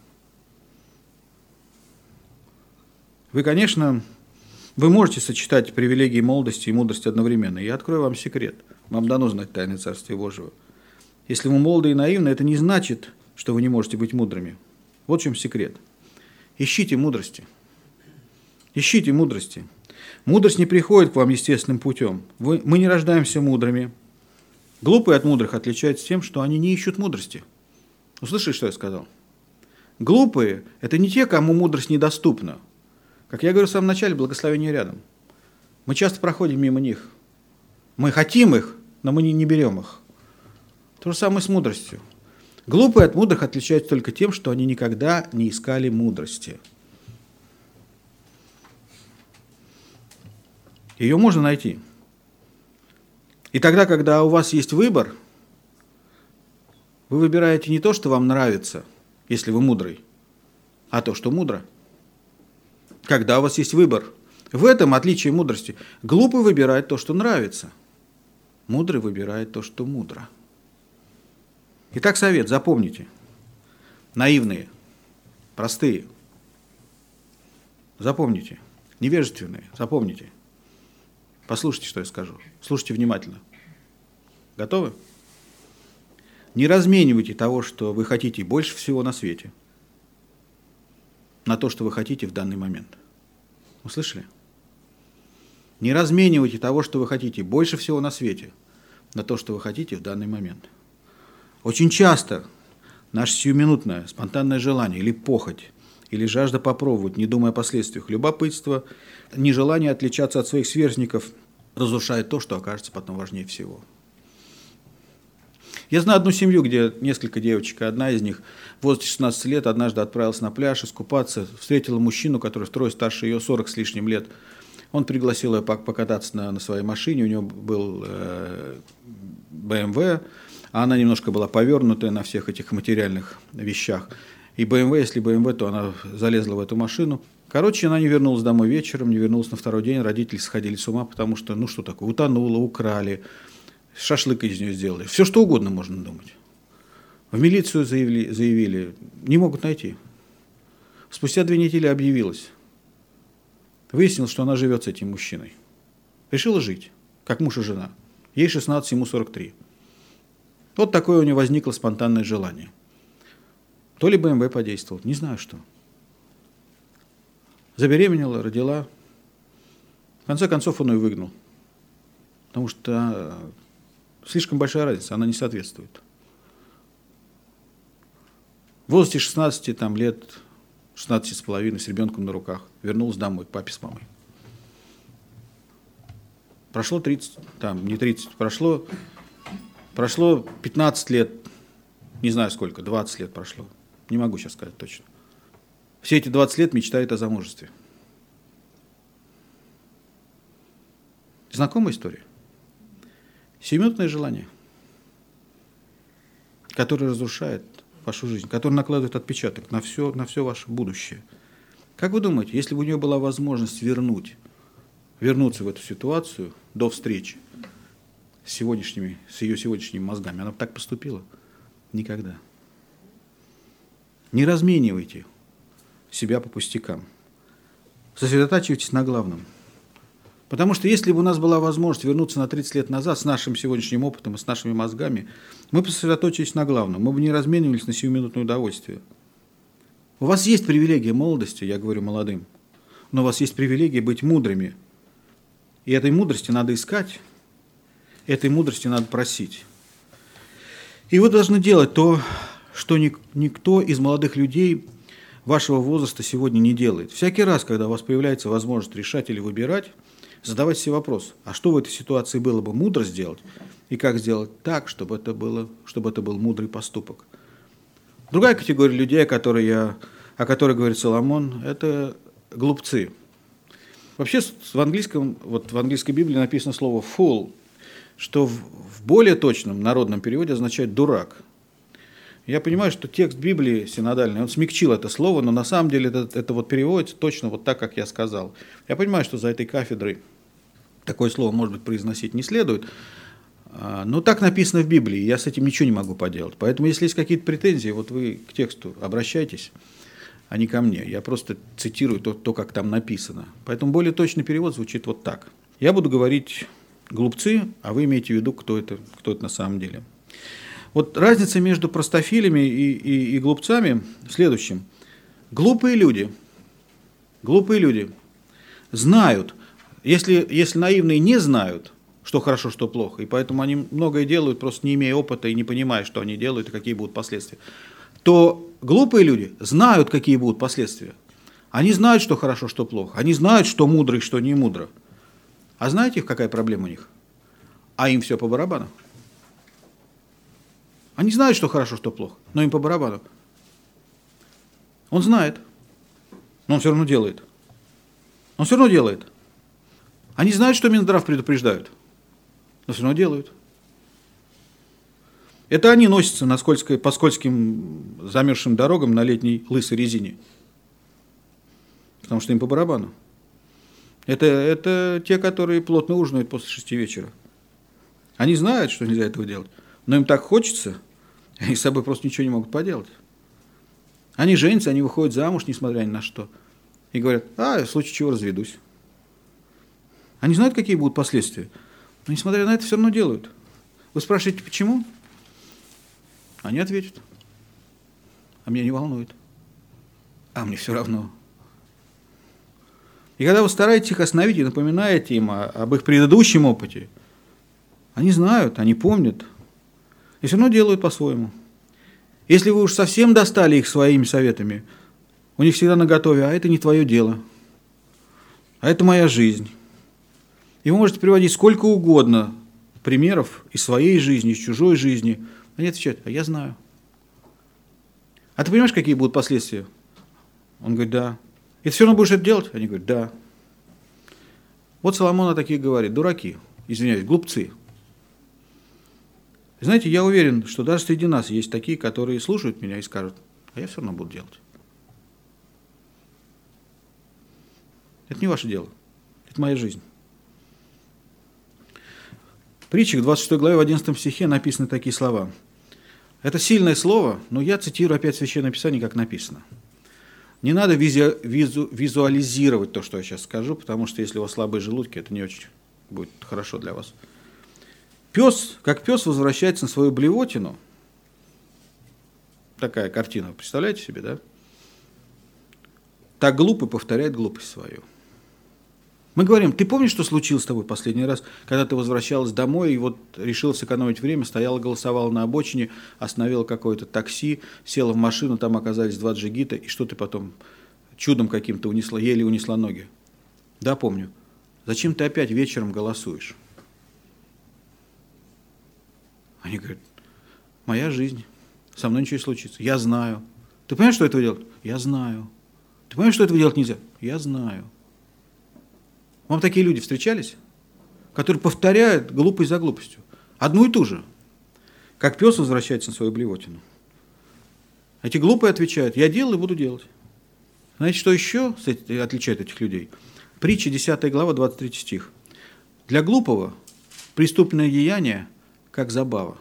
Вы можете сочетать привилегии молодости и мудрости одновременно. Я открою вам секрет. Вам дано знать тайны Царствия Божьего. Если вы молоды и наивны, это не значит, что вы не можете быть мудрыми. Вот в чем секрет. Ищите мудрости. Ищите мудрости. Мудрость не приходит к вам естественным путем. Мы не рождаемся мудрыми. Глупые от мудрых отличаются тем, что они не ищут мудрости. Услышали, что я сказал? Глупые – это не те, кому мудрость недоступна. Как я говорю в самом начале, благословение рядом. Мы часто проходим мимо них. Мы хотим их, но мы не берем их. То же самое с мудростью. Глупые от мудрых отличаются только тем, что они никогда не искали мудрости. Ее можно найти. И тогда, когда у вас есть выбор, вы выбираете не то, что вам нравится, если вы мудрый, а то, что мудро. Когда у вас есть выбор. В этом отличие мудрости. Глупый выбирает то, что нравится. Мудрый выбирает то, что мудро. Итак, совет, запомните. Наивные, простые. Запомните. Невежественные, запомните. Послушайте, что я скажу. Слушайте внимательно. Готовы? Не разменивайте того, что вы хотите больше всего на свете, на то, что вы хотите в данный момент. Услышали? Не разменивайте того, что вы хотите больше всего на свете, на то, что вы хотите в данный момент. Очень часто наше сиюминутное, спонтанное желание или похоть, или жажда попробовать, не думая о последствиях, любопытство, нежелание отличаться от своих сверстников разрушает то, что окажется потом важнее всего. Я знаю одну семью, где несколько девочек, и одна из них в возрасте 16 лет однажды отправилась на пляж искупаться, встретила мужчину, который втрое старше ее, 40 с лишним лет. Он пригласил ее покататься на своей машине, у него был BMW, а она немножко была повернутая на всех этих материальных вещах. И BMW, если BMW, то она залезла в эту машину. Короче, она не вернулась домой вечером, не вернулась на второй день, родители сходили с ума, потому что, ну что такое, утонула, украли, шашлык из нее сделали. Все, что угодно можно думать. В милицию заявили, не могут найти. Спустя 2 недели объявилась. Выяснилось, что она живет с этим мужчиной. Решила жить, как муж и жена. Ей 16, ему 43. Вот такое у нее возникло спонтанное желание. То ли БМВ подействовал, не знаю что. Забеременела, родила. В конце концов он ее выгнал. Потому что слишком большая разница, она не соответствует. В возрасте 16 лет, 16,5, с ребенком на руках, вернулась домой к папе с мамой. Прошло 30, не 30, прошло 15 лет, не знаю сколько, 20 лет прошло. Не могу сейчас сказать точно. Все эти 20 лет мечтает о замужестве. Знакомая история? Сиюминутное желание, которое разрушает вашу жизнь, которое накладывает отпечаток на все ваше будущее. Как вы думаете, если бы у нее была возможность вернуться в эту ситуацию до встречи с ее сегодняшними мозгами, она бы так поступила? Никогда. Не разменивайте себя по пустякам. Сосредотачивайтесь на главном. Потому что если бы у нас была возможность вернуться на 30 лет назад с нашим сегодняшним опытом и с нашими мозгами, мы бы сосредоточились на главном, мы бы не разменивались на сиюминутное удовольствие. У вас есть привилегия молодости, я говорю молодым, но у вас есть привилегия быть мудрыми. И этой мудрости надо искать, этой мудрости надо просить. И вы должны делать то, что никто из молодых людей вашего возраста сегодня не делает. Всякий раз, когда у вас появляется возможность решать или выбирать, задавайте себе вопрос, а что в этой ситуации было бы мудро сделать, и как сделать так, чтобы это был мудрый поступок. Другая категория людей, о которой говорит Соломон, это глупцы. Вообще в английской Библии написано слово fool, что в более точном народном переводе означает дурак. Я понимаю, что текст Библии синодальный, он смягчил это слово, но на самом деле это переводится точно вот так, как я сказал. Я понимаю, что за этой кафедрой такое слово, может быть, произносить не следует, но так написано в Библии, я с этим ничего не могу поделать. Поэтому, если есть какие-то претензии, вы к тексту обращайтесь, а не ко мне. Я просто цитирую то, как там написано. Поэтому более точный перевод звучит вот так. Я буду говорить глупцы, а вы имеете в виду, кто это на самом деле. Вот разница между простофилями и глупцами в следующем. Глупые люди знают, если наивные не знают, что хорошо, что плохо, и поэтому они многое делают, просто не имея опыта и не понимая, что они делают и какие будут последствия, то глупые люди знают, какие будут последствия. Они знают, что хорошо, что плохо. Они знают, что мудро и что не мудро. А знаете, какая проблема у них? А им все по барабану. Они знают, что хорошо, что плохо, но им по барабану. Он знает, но он все равно делает. Он все равно делает. Они знают, что Минздрав предупреждают, но все равно делают. Это они носятся по скользким замерзшим дорогам на летней лысой резине. Потому что им по барабану. Это те, которые плотно ужинают после 6 вечера. Они знают, что нельзя этого делать, но им так хочется, они с собой просто ничего не могут поделать. Они женятся, они выходят замуж, несмотря ни на что, и говорят: в случае чего разведусь. Они знают, какие будут последствия, но, несмотря на это, все равно делают. Вы спрашиваете, почему? Они ответят: а меня не волнует, а мне все равно. И когда вы стараетесь их остановить и напоминаете им об их предыдущем опыте, они знают, они помнят, и все равно делают по-своему. Если вы уж совсем достали их своими советами, у них всегда наготове: а это не твое дело, а это моя жизнь. И вы можете приводить сколько угодно примеров из своей жизни, из чужой жизни. Они отвечают: а я знаю. А ты понимаешь, какие будут последствия? Он говорит: да. И ты все равно будешь это делать? Они говорят: да. Вот Соломон о таких говорит: дураки, извиняюсь, глупцы. Знаете, я уверен, что даже среди нас есть такие, которые слушают меня и скажут: а я все равно буду делать. Это не ваше дело, это моя жизнь. В притчах 26 главе в 11 стихе написаны такие слова. Это сильное слово, но я цитирую опять Священное Писание, как написано. Не надо визуализировать то, что я сейчас скажу, потому что если у вас слабые желудки, это не очень будет хорошо для вас. Как пес возвращается на свою блевотину, такая картина, представляете себе, да? Так глупый повторяет глупость свою. Мы говорим: ты помнишь, что случилось с тобой последний раз, когда ты возвращалась домой и вот решила сэкономить время, стояла, голосовала на обочине, остановила какое-то такси, села в машину, там оказались 2 джигита, и что ты потом чудом каким-то унесла, еле унесла ноги? Да, помню. Зачем ты опять вечером голосуешь? Они говорят: моя жизнь, со мной ничего не случится. Я знаю. Ты понимаешь, что этого делать? Я знаю. Ты понимаешь, что этого делать нельзя? Я знаю. Вам такие люди встречались, которые повторяют глупость за глупостью? Одну и ту же. Как пес возвращается на свою блевотину. Эти глупые отвечают: я делал и буду делать. Знаете, что еще отличает этих людей? Притча 10 глава, 23 стих. Для глупого преступное деяние как забава.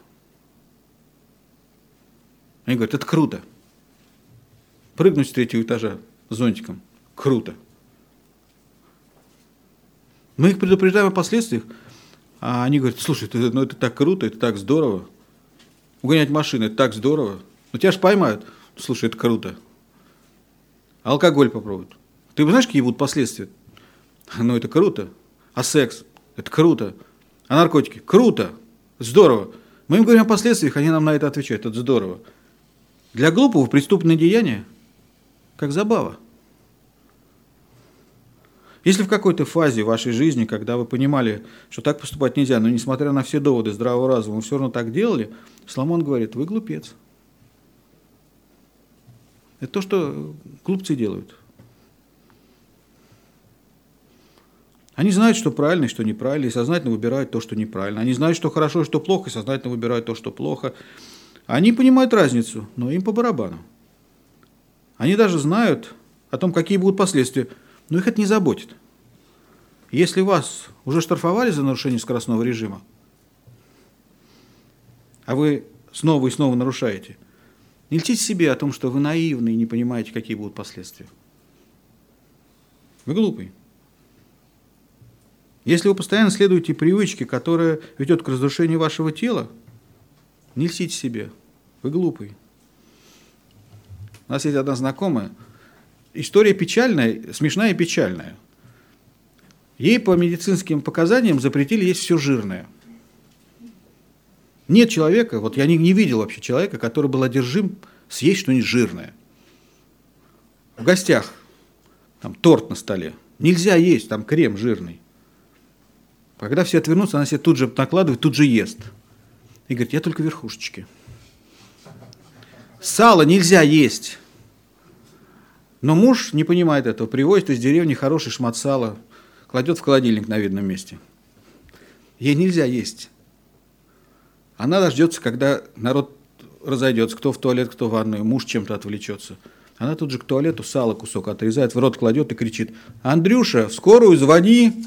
Они говорят: это круто. Прыгнуть с 3-го этажа с зонтиком. Круто. Мы их предупреждаем о последствиях, а они говорят: слушай, это так круто, это так здорово. Угонять машину, это так здорово. Но тебя же поймают. Слушай, это круто. Алкоголь попробуют. Ты знаешь, какие будут последствия? Ну, это круто. А секс? Это круто. А наркотики? Круто. Здорово. Мы им говорим о последствиях, они нам на это отвечают: это здорово. Для глупого преступное деяние как забава. Если в какой-то фазе вашей жизни, когда вы понимали, что так поступать нельзя, но несмотря на все доводы здравого разума, вы все равно так делали, Соломон говорит: вы глупец. Это то, что глупцы делают. Они знают, что правильно и что неправильно, и сознательно выбирают то, что неправильно. Они знают, что хорошо и что плохо, и сознательно выбирают то, что плохо. Они понимают разницу, но им по барабану. Они даже знают о том, какие будут последствия, но их это не заботит. Если вас уже штрафовали за нарушение скоростного режима, а вы снова и снова нарушаете, не льстите себе о том, что вы наивны и не понимаете, какие будут последствия. Вы глупый. Если вы постоянно следуете привычке, которая ведет к разрушению вашего тела, Не льстите себе. Вы глупый. У нас есть одна знакомая. История печальная, смешная и печальная. Ей по медицинским показаниям запретили есть все жирное. Нет человека, вот я не видел вообще человека, который был одержим съесть что-нибудь жирное. В гостях, там торт на столе. Нельзя есть, там крем жирный. Когда все отвернутся, она себе тут же накладывает, тут же ест. И говорит, я только верхушечки. Сало нельзя есть. Но муж не понимает этого, привозит из деревни хороший шмат сала, кладет в холодильник на видном месте. Ей нельзя есть. Она дождется, когда народ разойдется, кто в туалет, кто в ванную, муж чем-то отвлечется. Она тут же к туалету сало кусок отрезает, в рот кладет и кричит, Андрюша, в скорую звони.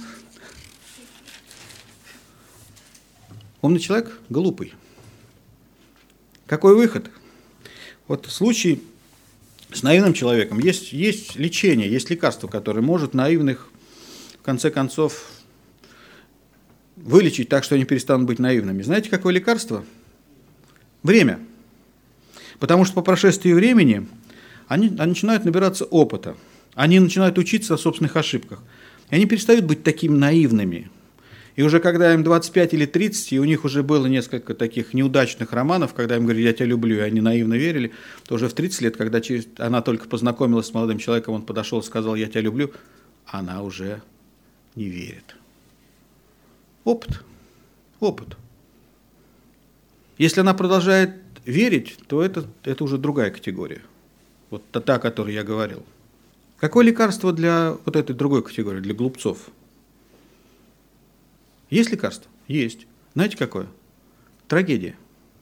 Умный человек глупый. Какой выход? Вот в случае с наивным человеком есть лечение, есть лекарство, которое может наивных, в конце концов, вылечить так, что они перестанут быть наивными. Знаете, какое лекарство? Время. Потому что по прошествии времени они начинают набираться опыта, они начинают учиться о собственных ошибках, и они перестают быть такими наивными. И уже когда им 25 или 30, и у них уже было несколько таких неудачных романов, когда им говорили, я тебя люблю, и они наивно верили, то уже в 30 лет, когда она только познакомилась с молодым человеком, он подошел и сказал, я тебя люблю, она уже не верит. Опыт. Если она продолжает верить, то это уже другая категория. Вот та, о которой я говорил. Какое лекарство для вот этой другой категории, для глупцов? Есть лекарство? Есть. Знаете, какое? Трагедия.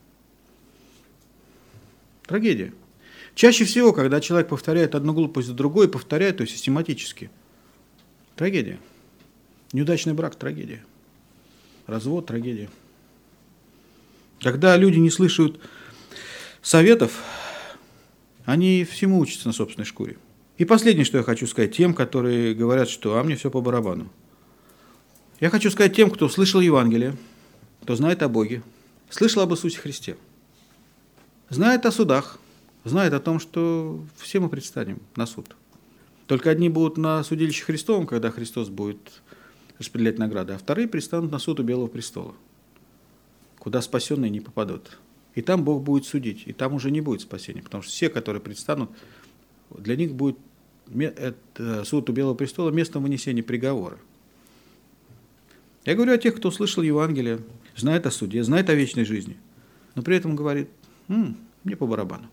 Трагедия. Чаще всего, когда человек повторяет одну глупость за другой, повторяет ее систематически. Трагедия. Неудачный брак – трагедия. Развод – трагедия. Когда люди не слышат советов, они всему учатся на собственной шкуре. И последнее, что я хочу сказать тем, которые говорят, что «а мне все по барабану». Я хочу сказать тем, кто слышал Евангелие, кто знает о Боге, слышал об Иисусе Христе, знает о судах, знает о том, что все мы предстанем на суд. Только одни будут на судилище Христовом, когда Христос будет распределять награды, а вторые предстанут на суд у Белого престола, куда спасенные не попадут. И там Бог будет судить, и там уже не будет спасения, потому что все, которые предстанут, для них будет суд у Белого престола местом вынесения приговора. Я говорю о тех, кто слышал Евангелие, знает о суде, знает о вечной жизни, но при этом говорит, мне по барабану.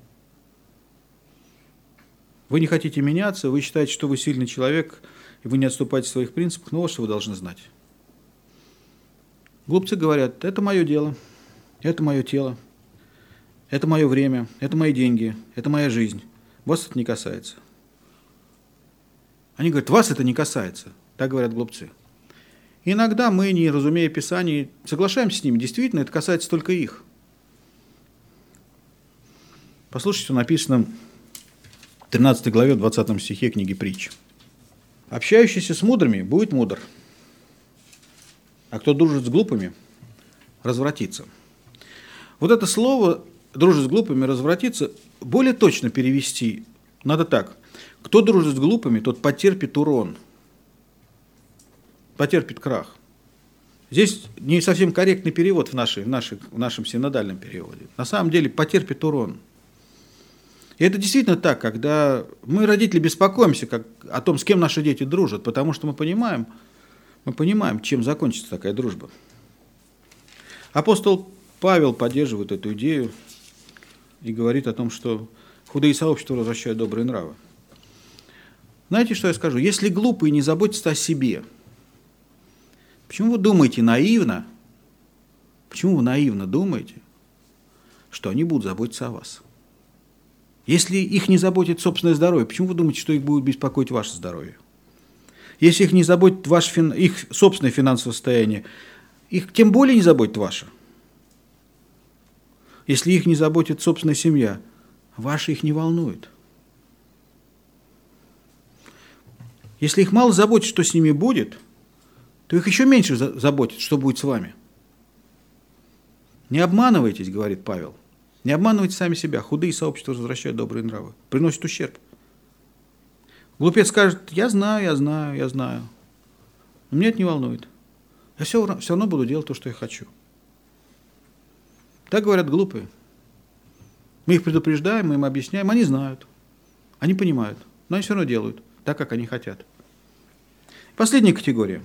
Вы не хотите меняться, вы считаете, что вы сильный человек, и вы не отступаете в своих принципах, но вот что вы должны знать. Глупцы говорят, это мое дело, это мое тело, это мое время, это мои деньги, это моя жизнь. Вас это не касается. Они говорят, вас это не касается. Так говорят глупцы. Иногда мы, не разумея Писаний, соглашаемся с ними. Действительно, это касается только их. Послушайте, что написано в 13 главе, 20 стихе книги Притч. «Общающийся с мудрыми будет мудр, а кто дружит с глупыми, развратится». Вот это слово «дружит с глупыми, развратится» более точно перевести надо так. Кто дружит с глупыми, тот потерпит урон. Потерпит крах. Здесь не совсем корректный перевод в нашем синодальном переводе. На самом деле потерпит урон. И это действительно так, когда мы, родители, беспокоимся о том, с кем наши дети дружат, потому что мы понимаем, чем закончится такая дружба. Апостол Павел поддерживает эту идею и говорит о том, что худые сообщества возвращают добрые нравы. Знаете, что я скажу? Если глупые не заботятся о себе, почему вы думаете наивно, почему вы наивно думаете, что они будут заботиться о вас? Если их не заботит собственное здоровье, почему вы думаете, что их будет беспокоить ваше здоровье? Если их не заботит их собственное финансовое состояние, их тем более не заботит ваше. Если их не заботит собственная семья, ваша их не волнует. Если их мало заботит, что с ними будет, то их еще меньше заботит, что будет с вами. Не обманывайтесь, говорит Павел. Не обманывайте сами себя. Худые сообщества развращают добрые нравы. Приносят ущерб. Глупец скажет: я знаю. Но меня это не волнует. Я все равно буду делать то, что я хочу. Так говорят глупые. Мы их предупреждаем, мы им объясняем, они знают, они понимают, но они все равно делают так, как они хотят. Последняя категория.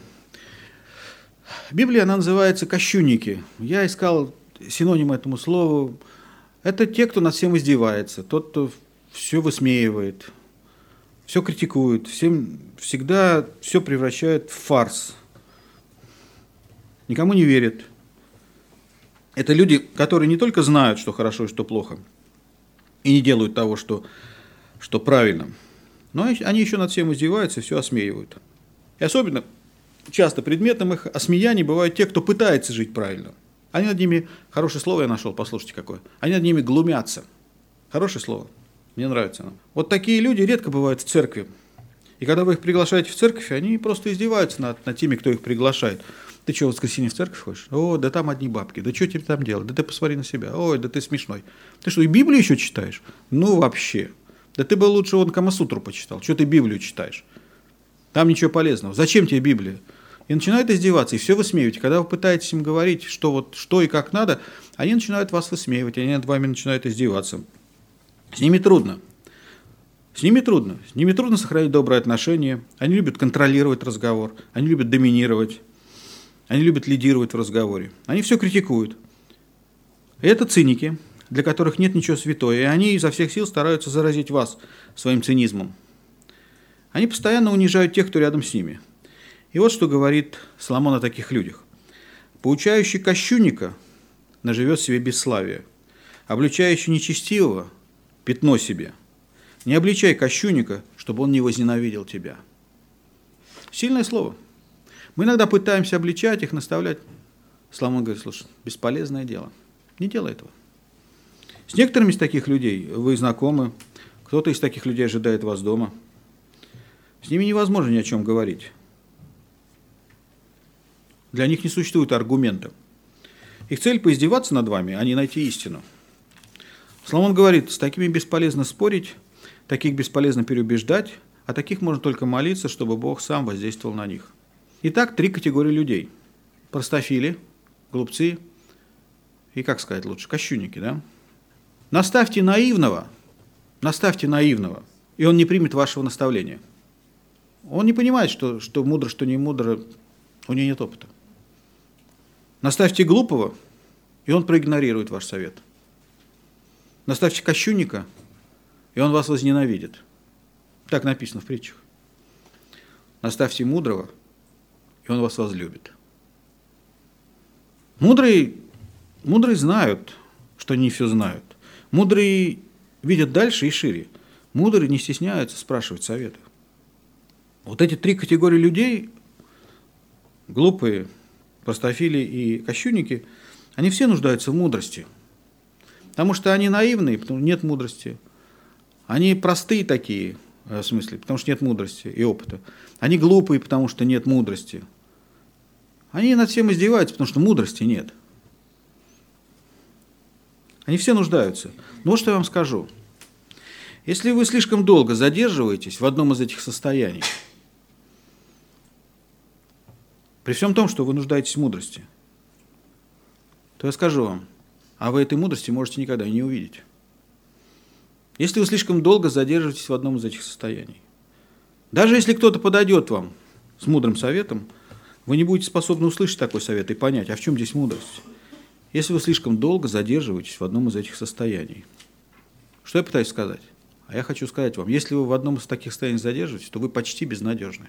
Библия, она называется кощунники. Я искал синоним этому слову. Это те, кто над всем издевается, тот, кто все высмеивает, все критикует, всегда все превращает в фарс. Никому не верят. Это люди, которые не только знают, что хорошо и что плохо, и не делают того, что правильно, но они еще над всем издеваются и все осмеивают. И особенно часто предметом их осмеяний бывают те, кто пытается жить правильно. Они над ними, хорошее слово я нашел, послушайте какое, они над ними глумятся. Хорошее слово, мне нравится оно. Вот такие люди редко бывают в церкви. И когда вы их приглашаете в церковь, они просто издеваются над теми, кто их приглашает. Ты что, в воскресенье в церковь ходишь? О, да там одни бабки. Да что тебе там делать? Да ты посмотри на себя. Ой, да ты смешной. Ты что, и Библию еще читаешь? Ну, вообще. Да ты бы лучше вон Камасутру почитал. Что ты Библию читаешь? Там ничего полезного. Зачем тебе Библия? И начинают издеваться, и все высмеивать. Когда вы пытаетесь им говорить, что и как надо, они начинают вас высмеивать, они над вами начинают издеваться. С ними трудно. С ними трудно сохранить добрые отношения. Они любят контролировать разговор, они любят доминировать. Они любят лидировать в разговоре. Они все критикуют. И это циники, для которых нет ничего святого. И они изо всех сил стараются заразить вас своим цинизмом. Они постоянно унижают тех, кто рядом с ними. И вот что говорит Соломон о таких людях. «Поучающий кощунника наживет себе бесславие, обличающий нечестивого пятно себе. Не обличай кощунника, чтобы он не возненавидел тебя». Сильное слово. Мы иногда пытаемся обличать их, наставлять. Соломон говорит: слушай, бесполезное дело. Не делай этого. С некоторыми из таких людей вы знакомы, кто-то из таких людей ожидает вас дома. С ними невозможно ни о чем говорить. Для них не существует аргумента. Их цель поиздеваться над вами, а не найти истину. Соломон говорит: с такими бесполезно спорить, таких бесполезно переубеждать, а таких можно только молиться, чтобы Бог сам воздействовал на них. Итак, 3 категории людей. Простофили, глупцы и, как сказать лучше, кощунники, да? Наставьте наивного, и он не примет вашего наставления. Он не понимает, что мудро, что не мудро, у него нет опыта. Наставьте глупого, и он проигнорирует ваш совет. Наставьте кощунника, и он вас возненавидит. Так написано в притчах. Наставьте мудрого, и он вас возлюбит. Мудрые знают, что они все знают. Мудрые видят дальше и шире. Мудрые не стесняются спрашивать совета. Вот эти 3 категории людей, глупые, простофили и кощунники, они все нуждаются в мудрости. Потому что они наивные, потому что нет мудрости. Они простые такие, в смысле, потому что нет мудрости и опыта. Они глупые, потому что нет мудрости. Они над всем издеваются, потому что мудрости нет. Они все нуждаются. Но вот что я вам скажу. Если вы слишком долго задерживаетесь в одном из этих состояний, при всем том, что вы нуждаетесь в мудрости, то я скажу вам, а вы этой мудрости можете никогда и не увидеть. Если вы слишком долго задерживаетесь в одном из этих состояний, даже если кто-то подойдет вам с мудрым советом, вы не будете способны услышать такой совет и понять, а в чем здесь мудрость, если вы слишком долго задерживаетесь в одном из этих состояний. Что я пытаюсь сказать? А я хочу сказать вам, если вы в одном из таких состояний задерживаетесь, то вы почти безнадежны.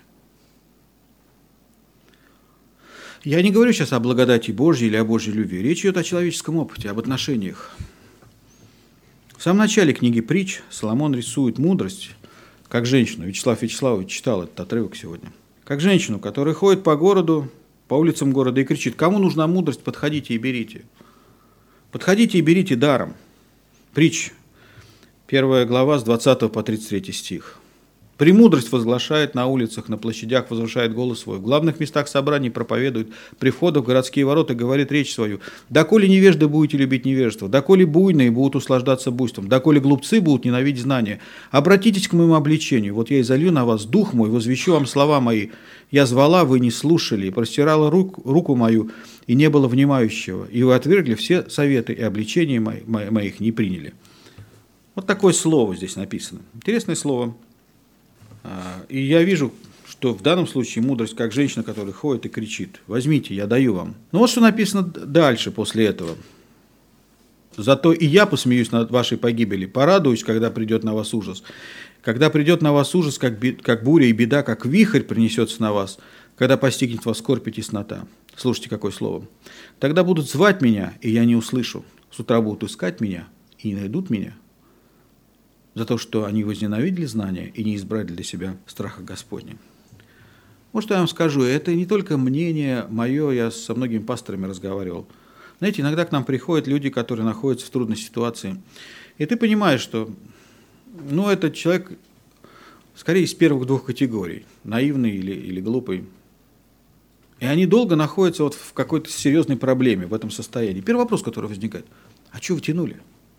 Я не говорю сейчас о благодати Божьей или о Божьей любви. Речь идет о человеческом опыте, об отношениях. В самом начале книги «Притч» Соломон рисует мудрость как женщину. Вячеслав Вячеславович читал этот отрывок сегодня. Как женщину, которая ходит по городу, по улицам города и кричит: кому нужна мудрость, подходите и берите. Подходите и берите даром. Притч, 1 глава, с 20 по 33 стих. Премудрость возглашает на улицах, на площадях возвышает голос свой, в главных местах собраний проповедует, при входах в городские ворота говорит речь свою. Доколе невежды будете любить невежество, доколе буйные будут услаждаться буйством, доколе глупцы будут ненавидеть знания. Обратитесь к моему обличению, вот я изолью на вас дух мой, возвещу вам слова мои. Я звала, вы не слушали, и простирала руку мою, и не было внимающего, и вы отвергли все советы, и обличения моих не приняли. Вот такое слово здесь написано. Интересное слово. И я вижу, что в данном случае мудрость, как женщина, которая ходит и кричит: возьмите, я даю вам. Но вот что написано дальше после этого. Зато и я посмеюсь над вашей погибели, порадуюсь, когда придет на вас ужас. Когда придет на вас ужас, как буря и беда, как вихрь принесется на вас, когда постигнет вас скорбь и теснота. Слушайте, какое слово. Тогда будут звать меня, и я не услышу. С утра будут искать меня, и не найдут меня. За то, что они возненавидели знания и не избрали для себя страха Господня. Вот что я вам скажу, это не только мнение мое, я со многими пасторами разговаривал. Знаете, иногда к нам приходят люди, которые находятся в трудной ситуации, и ты понимаешь, что этот человек скорее из первых двух категорий, наивный или глупый. И они долго находятся вот в какой-то серьезной проблеме, в этом состоянии. Первый вопрос, который возникает: а что вы тянули?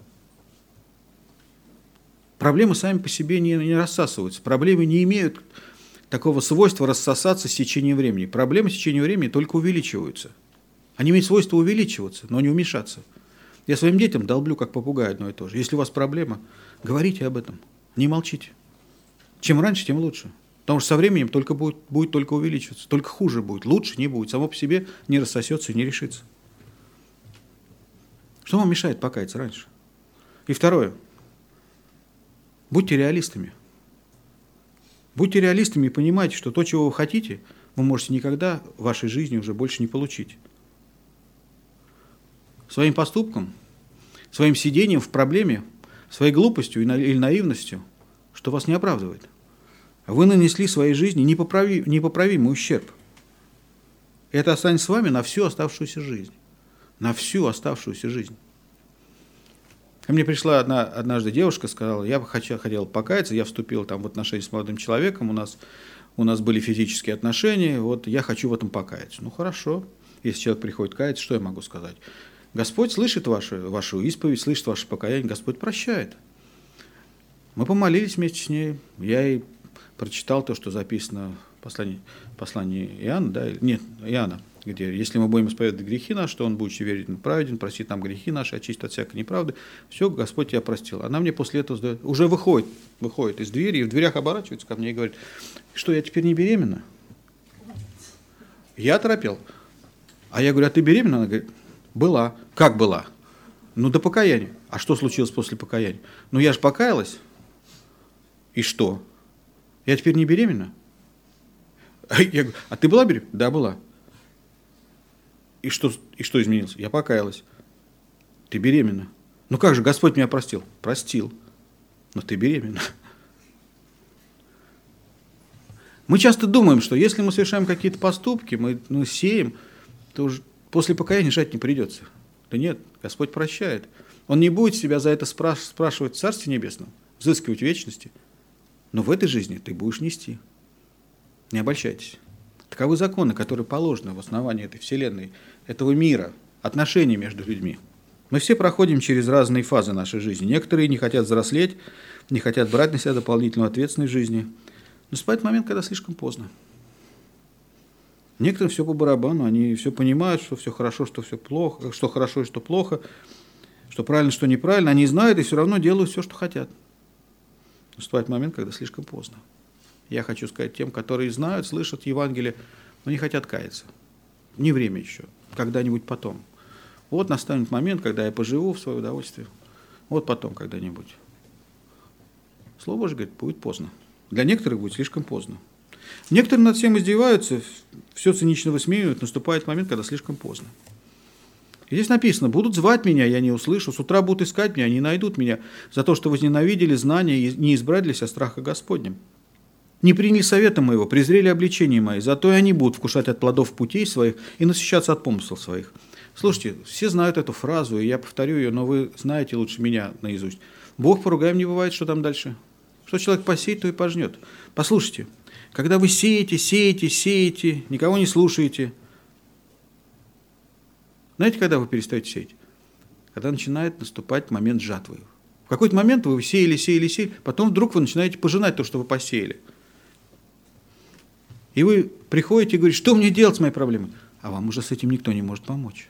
Проблемы сами по себе не рассасываются. Проблемы не имеют такого свойства рассосаться с течением времени. Проблемы с течением времени только увеличиваются. Они имеют свойство увеличиваться, но не уменьшаться. Я своим детям долблю, как попугай, одно и то же. Если у вас проблема, говорите об этом, не молчите. Чем раньше, тем лучше. Потому что со временем только будет только увеличиваться, только хуже будет, лучше не будет. Само по себе не рассосется и не решится. Что вам мешает покаяться раньше? И второе. Будьте реалистами. Будьте реалистами и понимайте, что то, чего вы хотите, вы можете никогда в вашей жизни уже больше не получить. Своим поступком, своим сидением в проблеме, своей глупостью или наивностью, что вас не оправдывает. Вы нанесли своей жизни непоправимый ущерб. И это останется с вами на всю оставшуюся жизнь. На всю оставшуюся жизнь. Ко мне пришла однажды девушка, сказала: я бы хотела покаяться, я вступила там в отношения с молодым человеком, у нас были физические отношения, вот я хочу в этом покаяться. Ну хорошо, если человек приходит каяться, что я могу сказать? Господь слышит вашу исповедь, слышит ваше покаяние, Господь прощает. Мы помолились вместе с ней, я ей прочитал то, что записано в послании Иоанна, Иоанна, где если мы будем исповедовать грехи наши, то Он, будучи верен и праведен, простит нам грехи наши, очистит от всякой неправды. Все, Господь тебя простил. Она мне после этого уже выходит из двери, и в дверях оборачивается ко мне и говорит: что, я теперь не беременна? Я оторопел. А я говорю: а ты беременна? Она говорит: была. Как была? До покаяния. А что случилось после покаяния? Я же покаялась. И что? Я теперь не беременна? Я говорю: а ты была беременна? Да, была. И что изменилось? Я покаялась. Ты беременна. Как же, Господь меня простил? Простил. Но ты беременна. Мы часто думаем, что если мы совершаем какие-то поступки, мы сеем, то уже после покаяния жать не придется. Да нет, Господь прощает. Он не будет себя за это спрашивать в Царстве Небесном, взыскивать в вечности. Но в этой жизни ты будешь нести. Не обольщайтесь. Таковы законы, которые положены в основании этой вселенной, этого мира, отношений между людьми. Мы все проходим через разные фазы нашей жизни. Некоторые не хотят взрослеть, не хотят брать на себя дополнительную ответственность в жизни. Наступает момент, когда слишком поздно. Некоторым все по барабану, они все понимают, что все хорошо, что все плохо, что хорошо и что плохо, что правильно, что неправильно. Они знают и все равно делают все, что хотят. Наступает момент, когда слишком поздно. Я хочу сказать тем, которые знают, слышат Евангелие, но не хотят каяться. Не время еще, когда-нибудь потом. Вот настанет момент, когда я поживу в свое удовольствие. Вот потом когда-нибудь. Слово Божье говорит: будет поздно. Для некоторых будет слишком поздно. Некоторые над всем издеваются, все цинично высмеивают, наступает момент, когда слишком поздно. И здесь написано: будут звать меня, я не услышу, с утра будут искать меня, не найдут меня, за то, что возненавидели знания и не избрали для себя страха Господним. Не приняли совета моего, презрели обличения мои, зато и они будут вкушать от плодов путей своих и насыщаться от помыслов своих. Слушайте, все знают эту фразу, и я повторю ее, но вы знаете лучше меня наизусть. Бог поругаем не бывает, что там дальше? Что человек посеет, то и пожнет. Послушайте, когда вы сеете, никого не слушаете, знаете, когда вы перестаете сеять? Когда начинает наступать момент жатвы. В какой-то момент вы сеяли, потом вдруг вы начинаете пожинать то, что вы посеяли. И вы приходите и говорите, что мне делать с моей проблемой? А вам уже с этим никто не может помочь.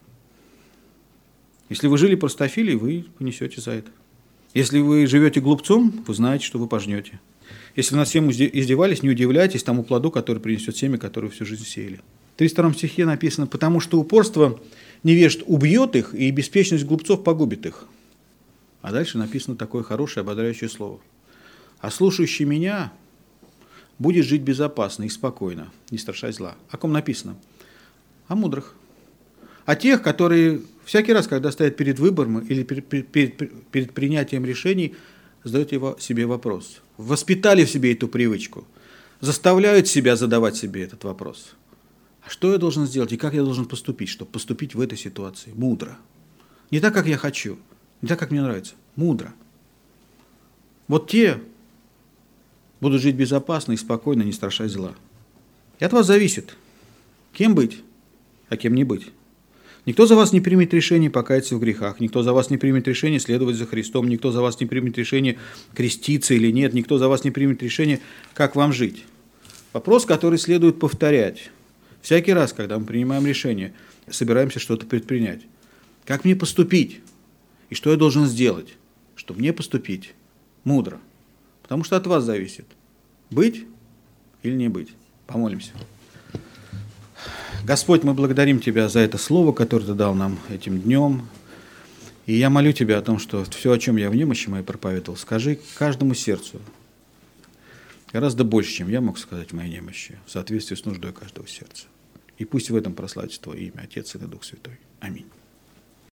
Если вы жили простофилией, вы понесете за это. Если вы живете глупцом, вы знаете, что вы пожнете. Если над всем издевались, не удивляйтесь тому плоду, который принесет семя, которое всю жизнь сеяли. В 32 стихе написано, потому что упорство невежд убьет их, и беспечность глупцов погубит их. А дальше написано такое хорошее, ободряющее слово. А слушающий меня будет жить безопасно и спокойно, не страшась зла. О ком написано? О мудрых. О тех, которые всякий раз, когда стоят перед выбором или перед принятием решений, задают себе вопрос. Воспитали в себе эту привычку, заставляют себя задавать себе этот вопрос. А что я должен сделать и как я должен поступить, чтобы поступить в этой ситуации? Мудро. Не так, как я хочу, не так, как мне нравится. Мудро. Вот те будут жить безопасно и спокойно, не страшась зла. И от вас зависит, кем быть, а кем не быть. Никто за вас не примет решение покаяться в грехах, никто за вас не примет решение следовать за Христом, никто за вас не примет решение креститься или нет, никто за вас не примет решение, как вам жить. Вопрос, который следует повторять. Всякий раз, когда мы принимаем решение, собираемся что-то предпринять. Как мне поступить? И что я должен сделать, чтобы мне поступить мудро? Потому что от вас зависит, быть или не быть. Помолимся. Господь, мы благодарим Тебя за это слово, которое Ты дал нам этим днем. И я молю Тебя о том, что все, о чем я в немощи моей проповедовал, скажи каждому сердцу гораздо больше, чем я мог сказать в моей немощи, в соответствии с нуждой каждого сердца. И пусть в этом прославится Твое имя, Отец, Сын и Дух Святой. Аминь.